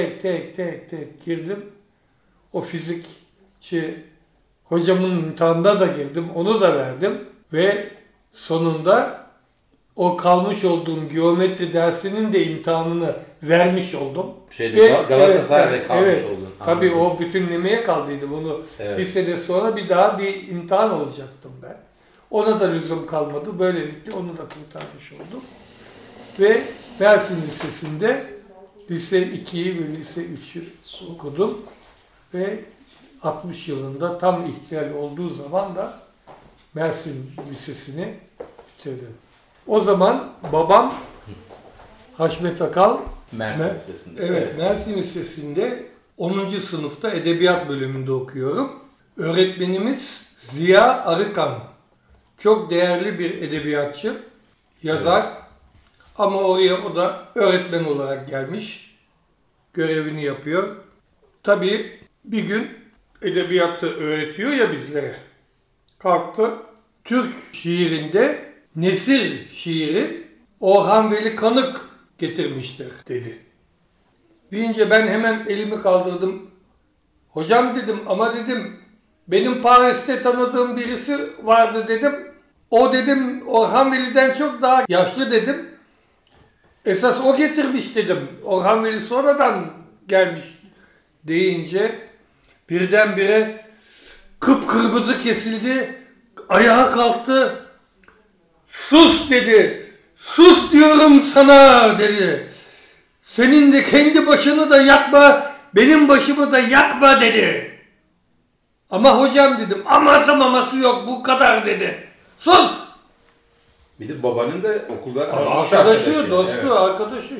girdim. O fizikçi hocamın imtihanına da girdim. Onu da verdim. Ve sonunda o kalmış olduğum geometri dersinin de imtihanını vermiş oldum. Galatasaray'da kalmış oldun. Tabii o bütünlemeye kaldıydı bunu. Bir sene sonra bir daha bir imtihan olacaktım ben. Ona da lüzum kalmadı. Böylelikle onu da kurtarmış oldum. Ve Mersin Lisesi'nde lise 2'yi ve lise 3'ü okudum. Ve 60 yılında tam ihtilal olduğu zaman da Mersin Lisesi'ni bitirdim. O zaman babam Haşmet Akal Mersin Lisesi'nde. Evet, Mersin Lisesi'nde 10. sınıfta edebiyat bölümünde okuyorum. Öğretmenimiz Ziya Arıkan. Çok değerli bir edebiyatçı, yazar. Evet. Ama oraya o da öğretmen olarak gelmiş. Görevini yapıyor. Tabii bir gün edebiyatı öğretiyor ya bizlere. Kalktı. Türk şiirinde nesir şiiri Orhan Veli Kanık getirmiştir dedi. Deyince ben hemen elimi kaldırdım. Hocam dedim ama dedim benim Paris'te tanıdığım birisi vardı dedim. O dedim Orhan Veli'den çok daha yaşlı dedim. Esas o getirmiş dedim. Orhan Veli sonradan gelmiş deyince birdenbire kıpkırmızı kesildi. Ayağa kalktı. Sus dedi. Sus diyorum sana dedi. Senin de kendi başını da yakma, benim başımı da yakma dedi. Ama hocam dedim, aması yok bu kadar dedi. Sus! Bir de babanın da okulda arkadaşı, dostu, evet. Arkadaşı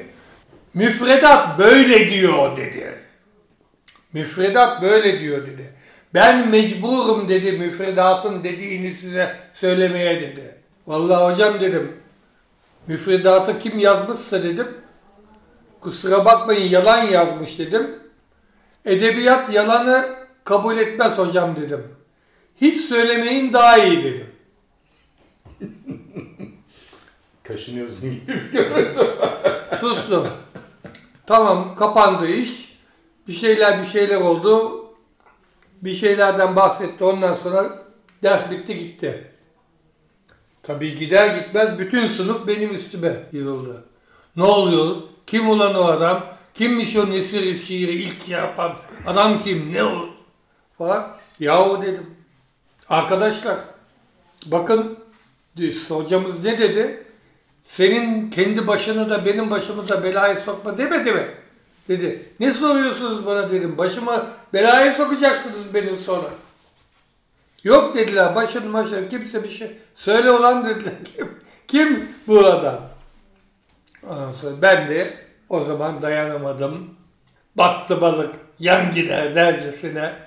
müfredat böyle diyor dedi. Müfredat böyle diyor dedi. Ben mecburum dedi müfredatın dediğini size söylemeye dedi. Vallahi hocam dedim, müfredatı kim yazmışsa dedim, kusura bakmayın yalan yazmış dedim. Edebiyat yalanı kabul etmez hocam dedim. Hiç söylemeyin daha iyi dedim. Kaşınıyorsun gibi bir görüntü. Sustum. Tamam, kapandı iş. Bir şeyler oldu. Bir şeylerden bahsetti. Ondan sonra ders bitti gitti. Tabii gider gitmez bütün sınıf benim üstüme yığıldı. Ne oluyor? Kim ulan o adam? Kimmiş o nesir şiiri ilk yapan? Adam kim? Ne o? Falan. Yahu dedim. Arkadaşlar bakın hocamız ne dedi? Senin kendi başını da benim başımı da belaya sokma demedi mi? Dedi. Ne soruyorsunuz bana dedim. Başıma belaya sokacaksınız benim sonra. Yok dediler. Başın kimse bir şey. Söyle olan dediler. Kim bu adam? Ondan sonra ben de o zaman dayanamadım. Battı balık yan gider dercesine.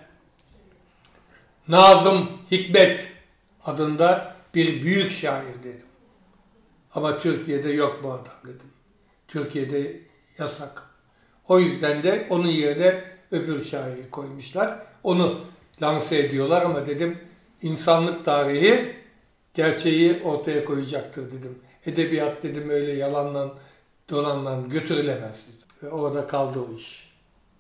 Nazım Hikmet adında bir büyük şair dedim. Ama Türkiye'de yok bu adam dedim. Türkiye'de yasak. O yüzden de onun yerine öbür şairi koymuşlar. Onu lanse ediyorlar ama dedim insanlık tarihi gerçeği ortaya koyacaktır dedim. Edebiyat dedim öyle yalanla dolanla götürülemez dedim. Ve orada kaldı o iş.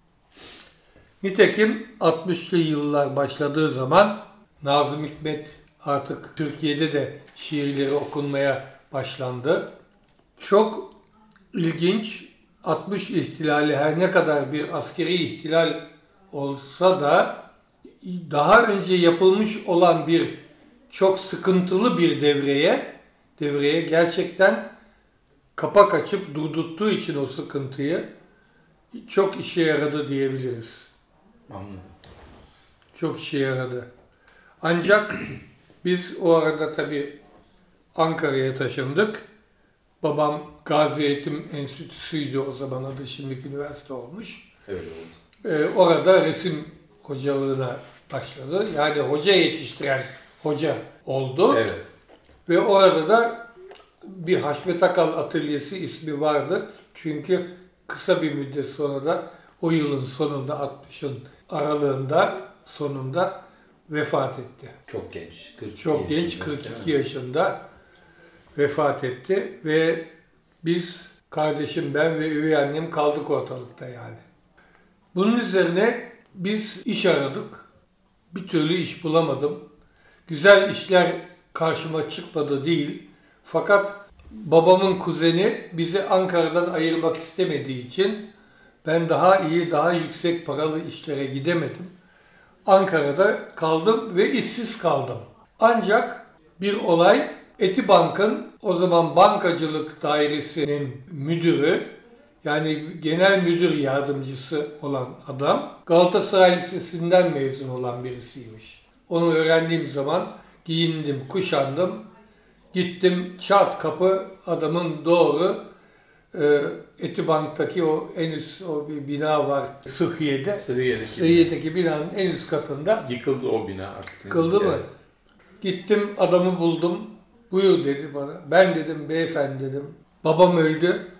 Nitekim 60'lı yıllar başladığı zaman Nazım Hikmet artık Türkiye'de de şiirleri okunmaya başlandı. Çok ilginç, 60 ihtilali her ne kadar bir askeri ihtilal olsa da daha önce yapılmış olan bir çok sıkıntılı bir devreye gerçekten kapak açıp durdurttuğu için o sıkıntıyı çok işe yaradı diyebiliriz. Anladım. Çok işe yaradı. Ancak biz o arada tabii Ankara'ya taşındık. Babam Gazi Eğitim Enstitüsü'ydü o zaman, adı şimdiki üniversite olmuş. Öyle oldu. Orada resim hocalığına başladı. Yani hoca yetiştiren hoca oldu. Evet. Ve orada da bir Haşmet Akal Atölyesi ismi vardı. Çünkü kısa bir müddet sonra da o yılın sonunda 60'ın aralığında sonunda vefat etti. Çok genç. 42 yaşında vefat etti ve biz, kardeşim, ben ve üvey annem kaldık ortalıkta yani. Bunun üzerine biz iş aradık. Bir türlü iş bulamadım. Güzel işler karşıma çıkmadı değil. Fakat babamın kuzeni bizi Ankara'dan ayırmak istemediği için ben daha iyi, daha yüksek paralı işlere gidemedim. Ankara'da kaldım ve işsiz kaldım. Ancak bir olay, Etibank'ın o zaman bankacılık dairesinin müdürü, yani genel müdür yardımcısı olan adam Galatasaray Lisesi'nden mezun olan birisiymiş. Onu öğrendiğim zaman giyindim, kuşandım. Gittim çat kapı adamın doğru Etibank'taki o en üst o bir bina var Sıhhiye'de. Sıhhiye'deki binanın en üst katında. Yıkıldı o bina artık. Yıkıldı mı? Evet. Gittim adamı buldum. Buyur dedi bana. Ben dedim beyefendi dedim. Babam öldü.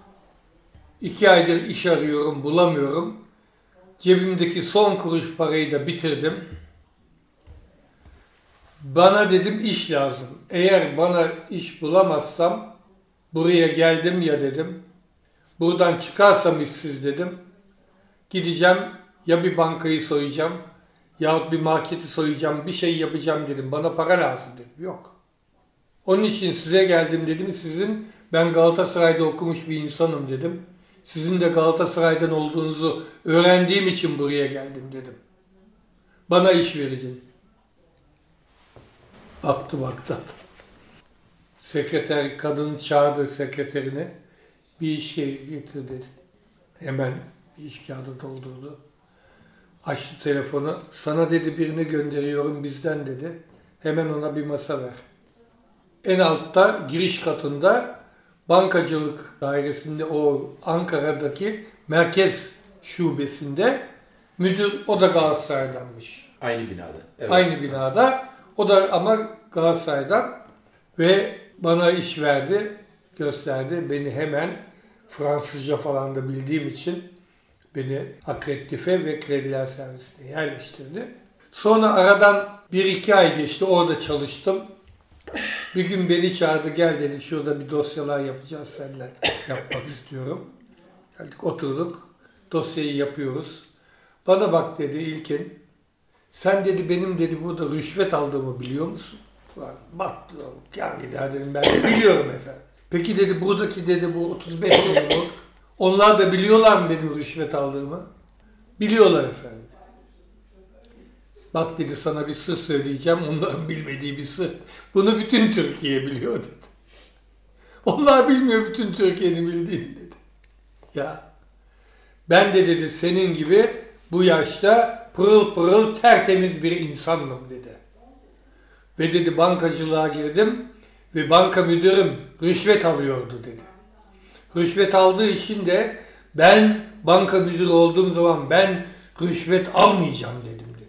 2 aydır iş arıyorum, bulamıyorum. Cebimdeki son kuruş parayı da bitirdim. Bana dedim iş lazım. Eğer bana iş bulamazsam buraya geldim ya dedim. Buradan çıkarsam işsiz dedim. Gideceğim ya bir bankayı soyacağım yahut bir marketi soyacağım, bir şey yapacağım dedim. Bana para lazım dedim. Yok. Onun için size geldim dedim. Ben Galatasaray'da okumuş bir insanım dedim. Sizin de Galatasaray'dan olduğunuzu öğrendiğim için buraya geldim dedim. Bana iş vereceksin. Baktı. Sekreter, kadın çağırdı sekreterini. Bir iş getir dedi. Hemen iş kağıdı doldurdu. Açtı telefonu. Sana dedi birini gönderiyorum bizden dedi. Hemen ona bir masa ver. En altta giriş katında bankacılık dairesinde o Ankara'daki merkez şubesinde müdür, o da Galatasaray'danmış. Aynı binada. Evet. Aynı binada. O da ama Galatasaray'dan ve bana iş verdi, gösterdi. Beni hemen Fransızca falan da bildiğim için beni Akreditife ve Krediler Servisi'ne yerleştirdi. Sonra aradan 1-2 ay geçti. Orada çalıştım. Bir gün beni çağırdı, gel dedi, şurada bir dosyalar yapacağız seninle, yapmak istiyorum. Geldik, oturduk, dosyayı yapıyoruz. Bana bak dedi İlkin, sen dedi benim dedi burada rüşvet aldığımı biliyor musun? Baktı, yani dedim ben de biliyorum efendim. Peki dedi buradaki dedi bu 35 milyon, onlar da biliyorlar mı benim rüşvet aldığımı? Biliyorlar efendim. Bak dedi sana bir sır söyleyeceğim, onların bilmediği bir sır. Bunu bütün Türkiye biliyor dedi. Onlar bilmiyor bütün Türkiye'nin bildiğini dedi. Ya ben de dedi senin gibi bu yaşta pırıl pırıl tertemiz bir insanım dedi. Ve dedi bankacılığa girdim ve banka müdürüm rüşvet alıyordu dedi. Rüşvet aldığı için de ben banka müdürü olduğum zaman ben rüşvet almayacağım dedim dedi.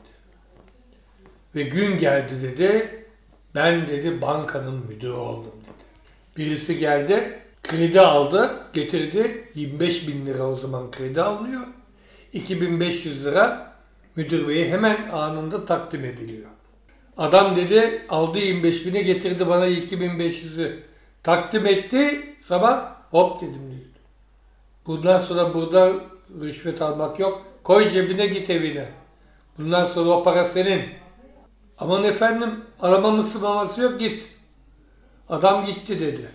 Ve gün geldi dedi, ben dedi bankanın müdürü oldum dedi. Birisi geldi, kredi aldı, getirdi, 25.000 lira o zaman kredi alınıyor. 2.500 lira müdür beye hemen anında takdim ediliyor. Adam dedi, aldığı 25.000'i getirdi bana 2.500'ü takdim etti, sabah hop dedim dedi. Bundan sonra burada rüşvet almak yok, koy cebine git evine. Bundan sonra o para senin. Aman efendim aramaması maması yok git. Adam gitti dedi.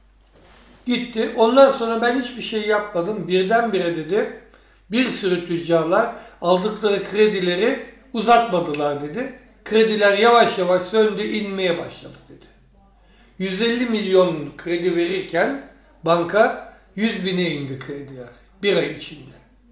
Gitti. Ondan sonra ben hiçbir şey yapmadım. Birdenbire dedi bir sürü tüccarlar aldıkları kredileri uzatmadılar dedi. Krediler yavaş yavaş söndü, inmeye başladı dedi. 150 milyon kredi verirken banka 100.000'e indi krediler. Bir ay içinde.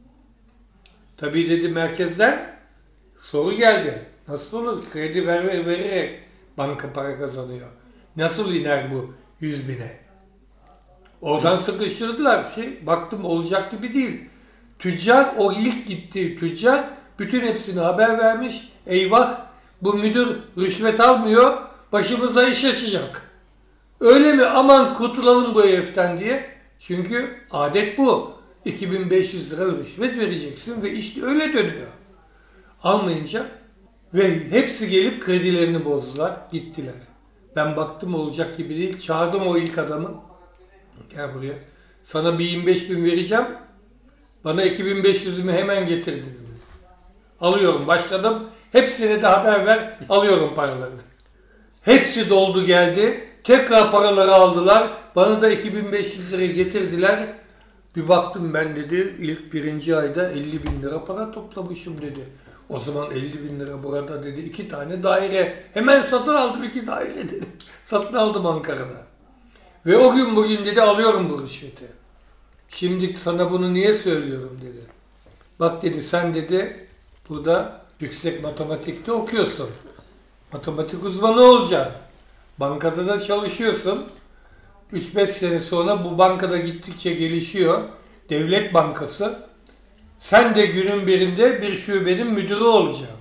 Tabii dedi merkezden soru geldi. Nasıl olur? Kredi vererek banka para kazanıyor. Nasıl iner bu 100.000'e? Oradan sıkıştırdılar. Baktım olacak gibi değil. Tüccar, o ilk gittiği tüccar bütün hepsini haber vermiş. Eyvah bu müdür rüşvet almıyor, başımıza iş açacak. Öyle mi? Aman kurtulalım bu heriften diye. Çünkü adet bu. 2.500 lira rüşvet vereceksin ve işte öyle dönüyor. Almayınca ve hepsi gelip kredilerini bozdular, gittiler. Ben baktım olacak gibi değil, çağırdım o ilk adamı. Gel buraya. Sana bir 25.000 vereceğim, bana 2.500'ümü hemen getir dedim. Alıyorum, başladım. Hepsine de haber ver, alıyorum paralarını. Hepsi doldu geldi, tekrar paraları aldılar, bana da 2.500 lirayı getirdiler. Bir baktım ben dedi, ilk birinci ayda 50.000 lira para toplamışım dedi. O zaman 50.000 lira burada dedi 2 tane daire. Hemen satın aldım 2 daire dedi. Satın aldım Ankara'da. Ve o gün bugün dedi alıyorum bu rüşveti. Şimdi sana bunu niye söylüyorum dedi. Bak dedi sen dedi burada yüksek matematikte okuyorsun. Matematik uzmanı olacaksın. Bankada da çalışıyorsun. 3-5 sene sonra bu bankada gittikçe gelişiyor. Devlet Bankası. Sen de günün birinde bir şubenin müdürü olacaksın.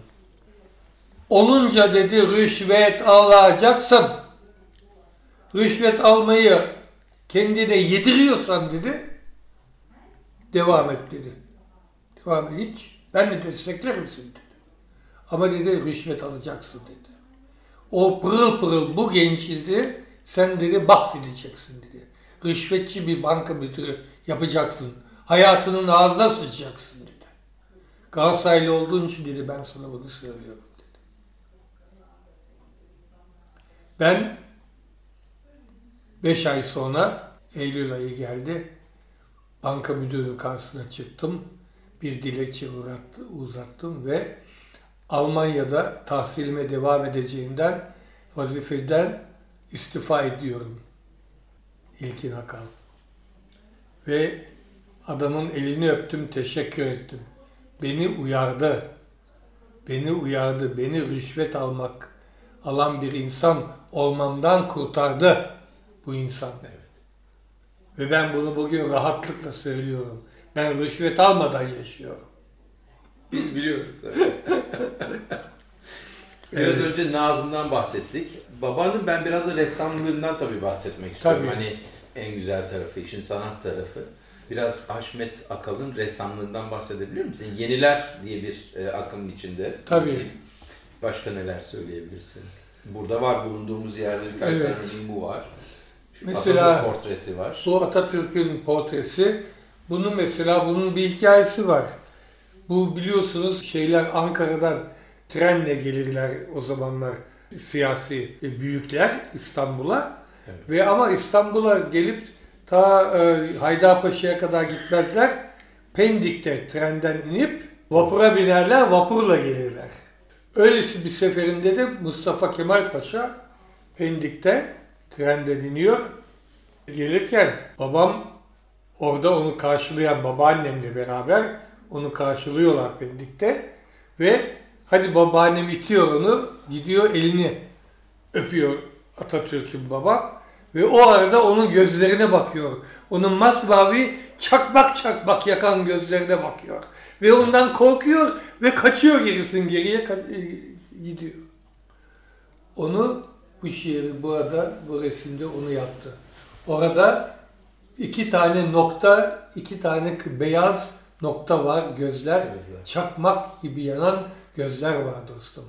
Olunca dedi rüşvet alacaksın. Rüşvet almayı kendine yediriyorsan dedi, devam et dedi. Devam et hiç. Ben de desteklerim seni dedi. Ama dedi rüşvet alacaksın dedi. O pırıl pırıl bu genç dedi, sen dedi mahvedeceksin dedi. Rüşvetçi bir banka müdürü yapacaksın. Hayatının ağzına sıçacaksın dedi. Galatasaraylı olduğun için dedi ben sana bunu söylüyorum dedi. Ben 5 ay sonra Eylül ayı geldi. Banka müdürü karşısına çıktım. Bir dilekçe uzattım ve Almanya'da tahsilime devam edeceğimden vazifeden istifa ediyorum. İlkin Akal. Ve adamın elini öptüm, teşekkür ettim. Beni uyardı. Beni rüşvet alan bir insan olmamdan kurtardı bu insan. Evet. Ve ben bunu bugün rahatlıkla söylüyorum. Ben rüşvet almadan yaşıyorum. Biz biliyoruz tabii. Biraz önce Nazım'dan bahsettik. Babanın ben biraz da ressamlığından tabii bahsetmek istiyorum. Tabii. Hani en güzel tarafı, işin sanat tarafı. Biraz Haşmet Akal'ın ressamlığından bahsedebilir misin? Yeniler diye bir akımın içinde. Tabii. Başka neler söyleyebilirsin? Burada var, bulunduğumuz yerde birkaç tane örneğin bu var. Mesela Atatürk portresi var. Bu Atatürk'ün portresi. Bunun bir hikayesi var. Bu biliyorsunuz Ankara'dan trenle gelirler o zamanlar siyasi büyükler İstanbul'a. Evet. Ve ama İstanbul'a gelip ta Haydarpaşa'ya kadar gitmezler. Pendik'te trenden inip vapura binerler, vapurla gelirler. Öylesi bir seferinde de Mustafa Kemal Paşa Pendik'te trenden iniyor. Gelirken babam orada onu karşılayan babaannemle beraber onu karşılıyorlar Pendik'te. Ve hadi babaannem itiyor onu, gidiyor elini öpüyor Atatürk'ün babam. Ve o arada onun gözlerine bakıyor. Onun masmavi çakmak çakmak yakan gözlerine bakıyor. Ve ondan korkuyor ve kaçıyor geriye gidiyor. Onu bu şiiri bu resimde onu yaptı. Orada iki tane beyaz nokta var, gözler. Çakmak gibi yanan gözler var dostum.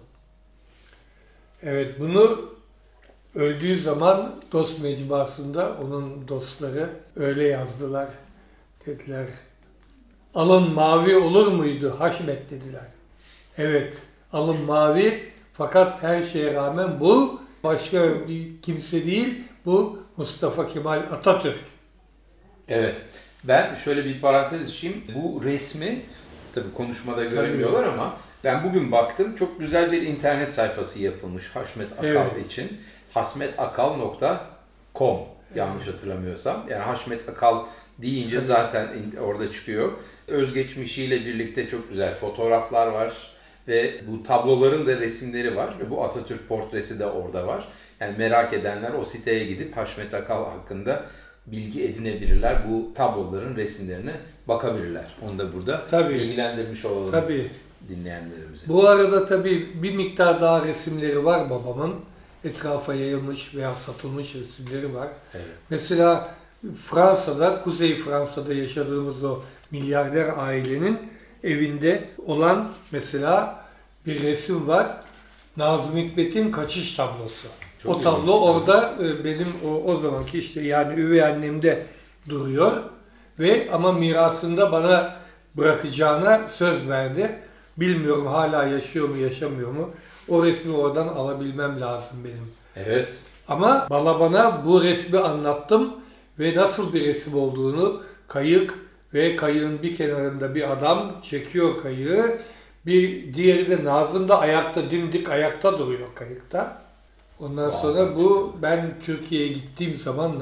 Evet, bunu öldüğü zaman dost mecmuasında onun dostları öyle yazdılar. Dediler, alın mavi olur muydu Haşmet dediler. Evet, alın mavi fakat her şeye rağmen bu başka bir kimse değil, bu Mustafa Kemal Atatürk. Evet, ben şöyle bir parantez açayım. Bu resmi tabii konuşmada göremiyorlar ama ben bugün baktım, çok güzel bir internet sayfası yapılmış Haşmet Akal için. hasmetakal.com yanlış hatırlamıyorsam. Yani Haşmet Akal deyince zaten orada çıkıyor. Özgeçmişiyle birlikte çok güzel fotoğraflar var ve bu tabloların da resimleri var ve bu Atatürk portresi de orada var. Yani merak edenler o siteye gidip Haşmet Akal hakkında bilgi edinebilirler. Bu tabloların resimlerine bakabilirler. Onu da burada bilgilendirmiş olalım dinleyenlerimize. Bu arada tabii bir miktar daha resimleri var babamın. Etrafa yayılmış veya satılmış resimleri var. Evet. Mesela Fransa'da, Kuzey Fransa'da yaşadığımız o milyarder ailenin evinde olan mesela bir resim var. Nazım Hikmet'in kaçış tablosu. Çok o tablo orada benim o zamanki yani üvey annemde duruyor ve ama mirasında bana bırakacağına söz verdi. Bilmiyorum hala yaşıyor mu yaşamıyor mu? O resmi oradan alabilmem lazım benim. Evet. Ama bana bu resmi anlattım ve nasıl bir resim olduğunu, kayık ve kayığın bir kenarında bir adam çekiyor kayığı. Bir diğeri de Nazım da dimdik ayakta duruyor kayıkta. Ondan sonra ben Türkiye'ye gittiğim zaman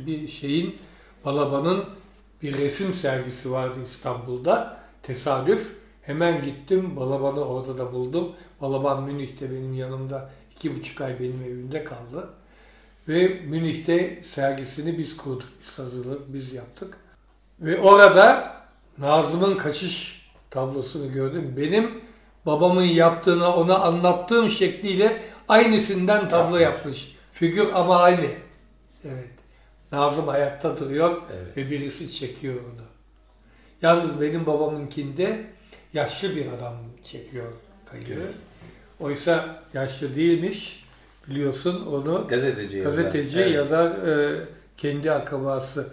Balaban'ın bir resim sergisi vardı İstanbul'da. Tesadüf. Hemen gittim. Balaban'ı orada da buldum. Balaban Münih'te benim yanımda 2,5 ay benim evimde kaldı. Ve Münih'te sergisini biz kurduk. Biz hazırladık, biz yaptık. Ve orada Nazım'ın kaçış tablosunu gördüm. Benim babamın yaptığına ona anlattığım şekliyle aynısından tablo yapmış. Figür ama aynı. Evet. Nazım ayakta duruyor ve birisi çekiyor onu. Yalnız benim babamınkinde yaşlı bir adam çekiyor kayığı. Oysa yaşlı değilmiş. Biliyorsun onu gazeteci yazar kendi akrabası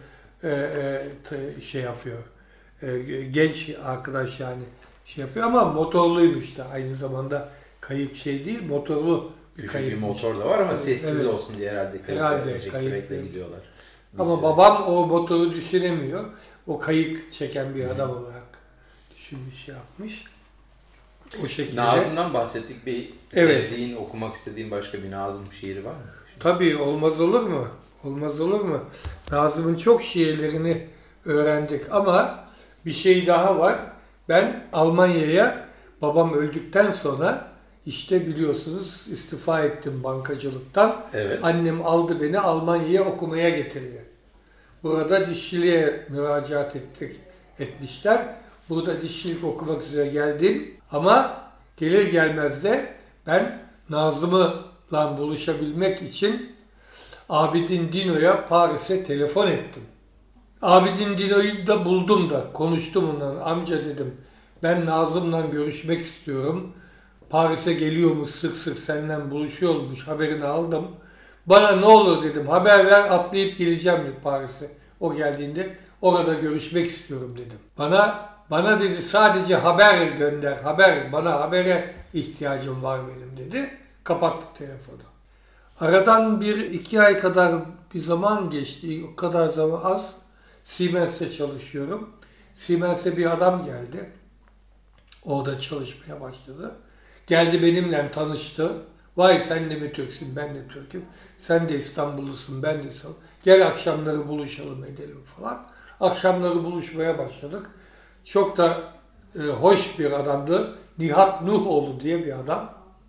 yapıyor. Genç arkadaş yani yapıyor ama motorluymuş da aynı zamanda kayık değil motorlu bir kayık. Bir motor da var ama sessiz olsun diye herhalde kayıkla gidiyorlar. Ama babam o motoru düşünemiyor. O kayık çeken bir adam olarak düşünmüş yapmış. O şekilde. Nazım'dan bahsettik. Bir sevdiğin, okumak istediğin başka bir Nazım şiiri var mı? Tabii olmaz olur mu? Olmaz olur mu? Nazım'ın çok şiirlerini öğrendik ama bir şey daha var. Ben Almanya'ya babam öldükten sonra biliyorsunuz istifa ettim bankacılıktan. Evet. Annem aldı beni Almanya'ya okumaya getirdi. Burada dişçiliğe müracaat etmişler. Burada dişçilik okumak üzere geldim ama gelir gelmez de ben Nazım'la buluşabilmek için Abidin Dino'ya Paris'e telefon ettim. Abidin Dino'yu da buldum da konuştum ondan. Amca dedim ben Nazım'la görüşmek istiyorum. Paris'e geliyormuş, sık sık seninle buluşuyormuş, haberini aldım. Bana ne olur dedim, haber ver, atlayıp geleceğim Paris'e. O geldiğinde orada görüşmek istiyorum dedim. Bana dedi sadece haber gönder, bana habere ihtiyacım var benim dedi. Kapattı telefonu. Aradan 1-2 ay kadar bir zaman geçti, o kadar zaman az. Siemens'te çalışıyorum. Siemens'e bir adam geldi. Orada çalışmaya başladı. Geldi benimle tanıştı. Vay sen de mi Türksün, ben de Türk'üm. Sen de İstanbullusun, ben de İstanbul. Gel akşamları buluşalım edelim falan. Akşamları buluşmaya başladık. Çok da hoş bir adamdı. Nihat Nuhoğlu diye bir adam.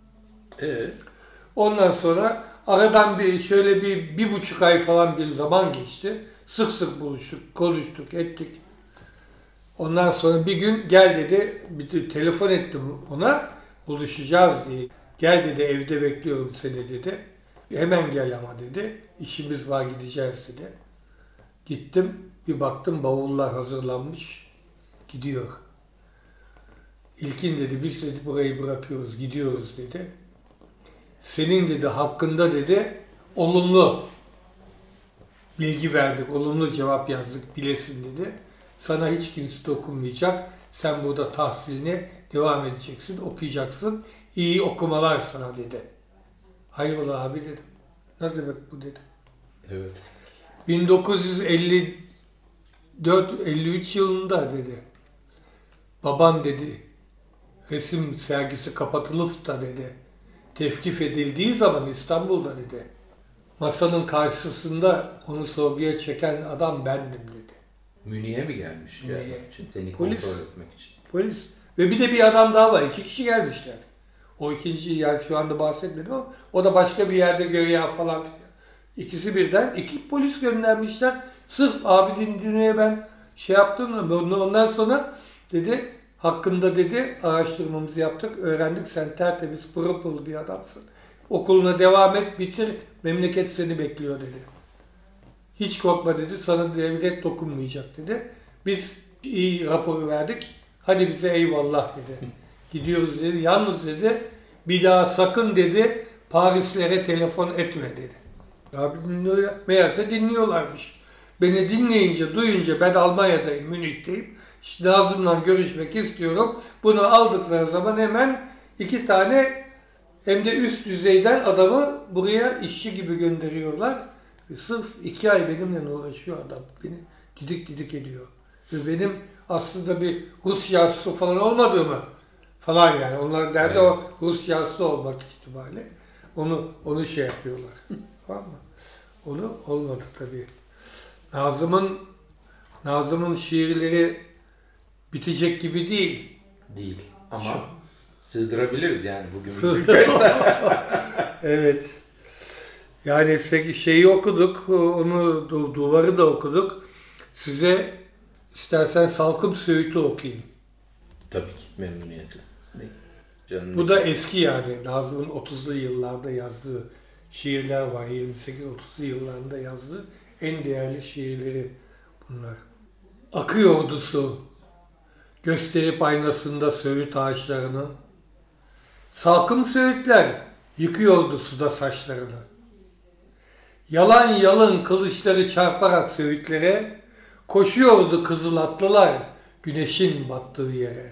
Ondan sonra aradan şöyle bir buçuk ay falan bir zaman geçti. Sık sık buluştuk, konuştuk, ettik. Ondan sonra bir gün gel dedi, bir telefon ettim ona, buluşacağız diye. Gel dedi, evde bekliyorum seni dedi. Hemen gel ama dedi, işimiz var gideceğiz dedi. Gittim, bir baktım bavullar hazırlanmış, gidiyor. İlkin dedi, biz dedi burayı bırakıyoruz, gidiyoruz dedi. Senin dedi hakkında dedi, olumlu bilgi verdik, olumlu cevap yazdık, bilesin dedi. Sana hiç kimse dokunmayacak. Sen burada tahsiline devam edeceksin, okuyacaksın. İyi okumalar sana dedi. Hayrola abi dedim. Ne demek bu dedim. Evet. 1954-53 yılında dedi. Baban dedi, resim sergisi kapatılıp da dedi, tevkif edildiği zaman İstanbul'da dedi, masanın karşısında onu sorguya çeken adam bendim dedi. Münih'e mi gelmiş? Münih'e. Seni Polis. kontrol etmek için. Polis. Ve bir de bir adam daha var. 2 kişi gelmişler. O ikinci yani şu anda bahsetmedim ama o da başka bir yerde göğe falan. İkisi birden 2 polis göndermişler. Sırf abi dinlemeye ben şey yaptım. Ondan sonra dedi hakkında dedi araştırmamızı yaptık. Öğrendik sen tertemiz pırıl pırıl bir adamsın. Okuluna devam et bitir. Memleket seni bekliyor dedi. Hiç korkma dedi. Sana devlet dokunmayacak dedi. Biz iyi raporu verdik. Hadi bize eyvallah dedi. Gidiyoruz dedi. Yalnız dedi bir daha sakın dedi Parislere telefon etme dedi. Abi meğerse dinliyorlarmış. Beni dinleyince, duyunca ben Almanya'dayım, Münih'teyim. İşte Nazım'la görüşmek istiyorum. Bunu aldıkları zaman hemen 2 tane hem de üst düzeyden adamı buraya işçi gibi gönderiyorlar. Sırf 2 ay benimle uğraşıyor adam. Beni didik didik ediyor. Ve benim aslında bir Rus casusu falan olmadığımı falan yani. Onlar derdi o Rus casusu olmak ihtimali. Onu şey yapıyorlar. Tamam mı? Onu olmadı tabii. Nazım'ın şiirleri bitecek gibi değil. Değil. Ama sığdırabiliriz yani bugün birkaç tane. Evet. Yani şeyi okuduk, onu duvarı da okuduk. Size istersen Salkım Söğüt'ü okuyayım. Tabii ki memnuniyetle. Bu da eski yani. Nazım'ın 30'lu yıllarda yazdığı şiirler var. 28-30'lu yıllarında yazdığı en değerli şiirleri bunlar. Akıyordu su, gösterip aynasında söğüt ağaçlarının. Salkım söğütler yıkıyordu suda saçlarını. Yalan yalın kılıçları çarparak söğütlere koşuyordu kızıl atlılar güneşin battığı yere.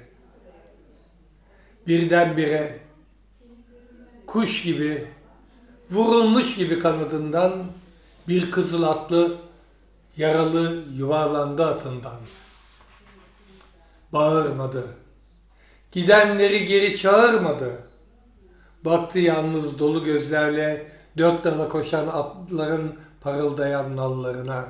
Birdenbire kuş gibi vurulmuş gibi kanadından bir kızıl atlı yaralı yuvarlandı atından. Bağırmadı. Gidenleri geri çağırmadı. Baktı yalnız dolu gözlerle 4 nala koşan atların parıldayan nallarına.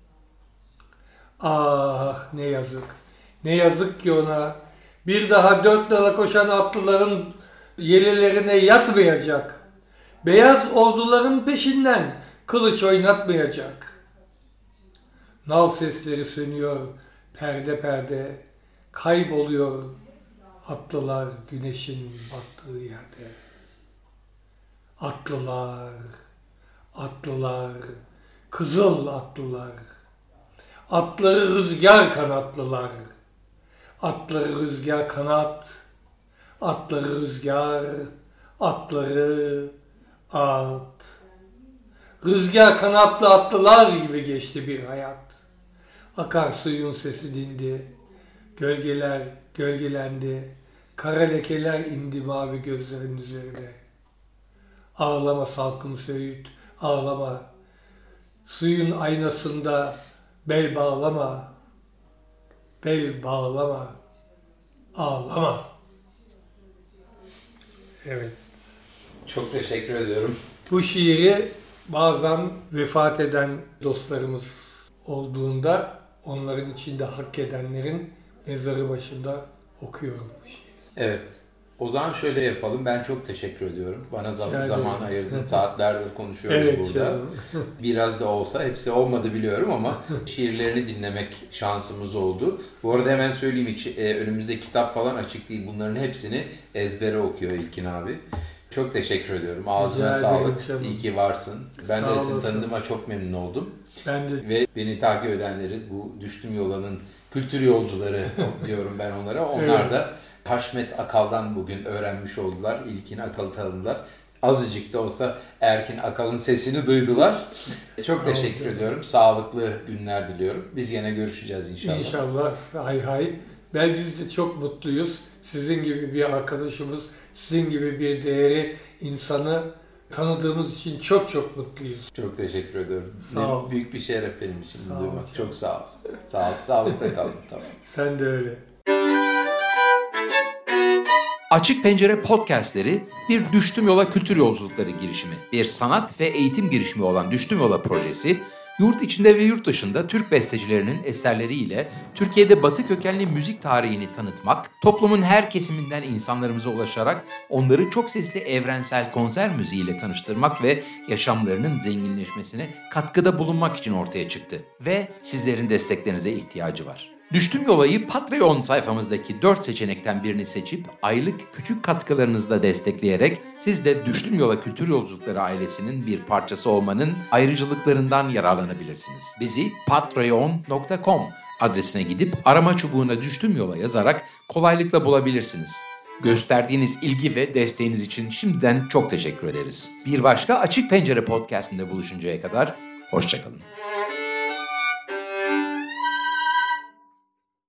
Ah ne yazık. Ne yazık ki ona. Bir daha 4 nala koşan atlıların yelelerine yatmayacak. Beyaz orduların peşinden kılıç oynatmayacak. Nal sesleri sönüyor perde perde. Kayboluyor atlılar güneşin battığı yerde. Atlılar, atlılar, kızıl atlılar. Atları rüzgar kanatlılar. Atları rüzgar kanat. Atları rüzgar, atları at. Rüzgar kanatlı atlılar gibi geçti bir hayat. Akarsuyun sesi dindi. Gölgeler gölgelendi. Kara lekeler indi mavi gözlerin üzerine. Ağlama salkım Söğüt, ağlama. Suyun aynasında bel bağlama. Bel bağlama. Ağlama. Evet. Çok teşekkür ediyorum. Bu şiiri bazen vefat eden dostlarımız olduğunda onların içinde hak edenlerin mezarı başında okuyorum bu şiiri. Evet. O zaman şöyle yapalım. Ben çok teşekkür ediyorum. Bana zaman ayırdın. Saatlerdir konuşuyoruz evet, burada. Biraz da olsa, hepsi olmadı biliyorum ama şiirlerini dinlemek şansımız oldu. Bu arada hemen söyleyeyim, önümüzde kitap falan açık değil. Bunların hepsini ezbere okuyor İlkin abi. Çok teşekkür ediyorum. Ağzına sağlık. İyi ki varsın. Ben de seni tanıdığıma çok memnun oldum. Ben de. Ve beni takip edenleri, bu Düştüm Yola'nın kültür yolcuları diyorum ben onlara. Onlar evet. Da Haşmet Akal'dan bugün öğrenmiş oldular. İlkin Akal'ı tanıdılar. Azıcık da olsa Erkin Akal'ın sesini duydular. Çok teşekkür ediyorum. Sağlıklı günler diliyorum. Biz gene görüşeceğiz inşallah. İnşallah. Hay. Biz de çok mutluyuz. Sizin gibi bir arkadaşımız, sizin gibi bir değeri insanı tanıdığımız için çok çok mutluyuz. Çok teşekkür ediyorum. Sağ ol. Büyük bir şeref benim için bunu duymak. Çok sağ ol. Sağlıkla kalın. Tamam. Sen de öyle. Açık Pencere podcastleri bir Düştüm Yola kültür yolculukları girişimi. Bir sanat ve eğitim girişimi olan Düştüm Yola projesi, yurt içinde ve yurt dışında Türk bestecilerinin eserleriyle Türkiye'de Batı kökenli müzik tarihini tanıtmak, toplumun her kesiminden insanlarımıza ulaşarak onları çok sesli evrensel konser müziğiyle tanıştırmak ve yaşamlarının zenginleşmesine katkıda bulunmak için ortaya çıktı. Ve sizlerin desteklerinize ihtiyacı var. Düştüm Yola'yı Patreon sayfamızdaki 4 seçenekten birini seçip aylık küçük katkılarınızla destekleyerek siz de Düştüm Yola Kültür Yolculukları ailesinin bir parçası olmanın ayrıcalıklarından yararlanabilirsiniz. Bizi patreon.com adresine gidip arama çubuğuna Düştüm Yola yazarak kolaylıkla bulabilirsiniz. Gösterdiğiniz ilgi ve desteğiniz için şimdiden çok teşekkür ederiz. Bir başka Açık Pencere podcast'inde buluşuncaya kadar hoşça kalın.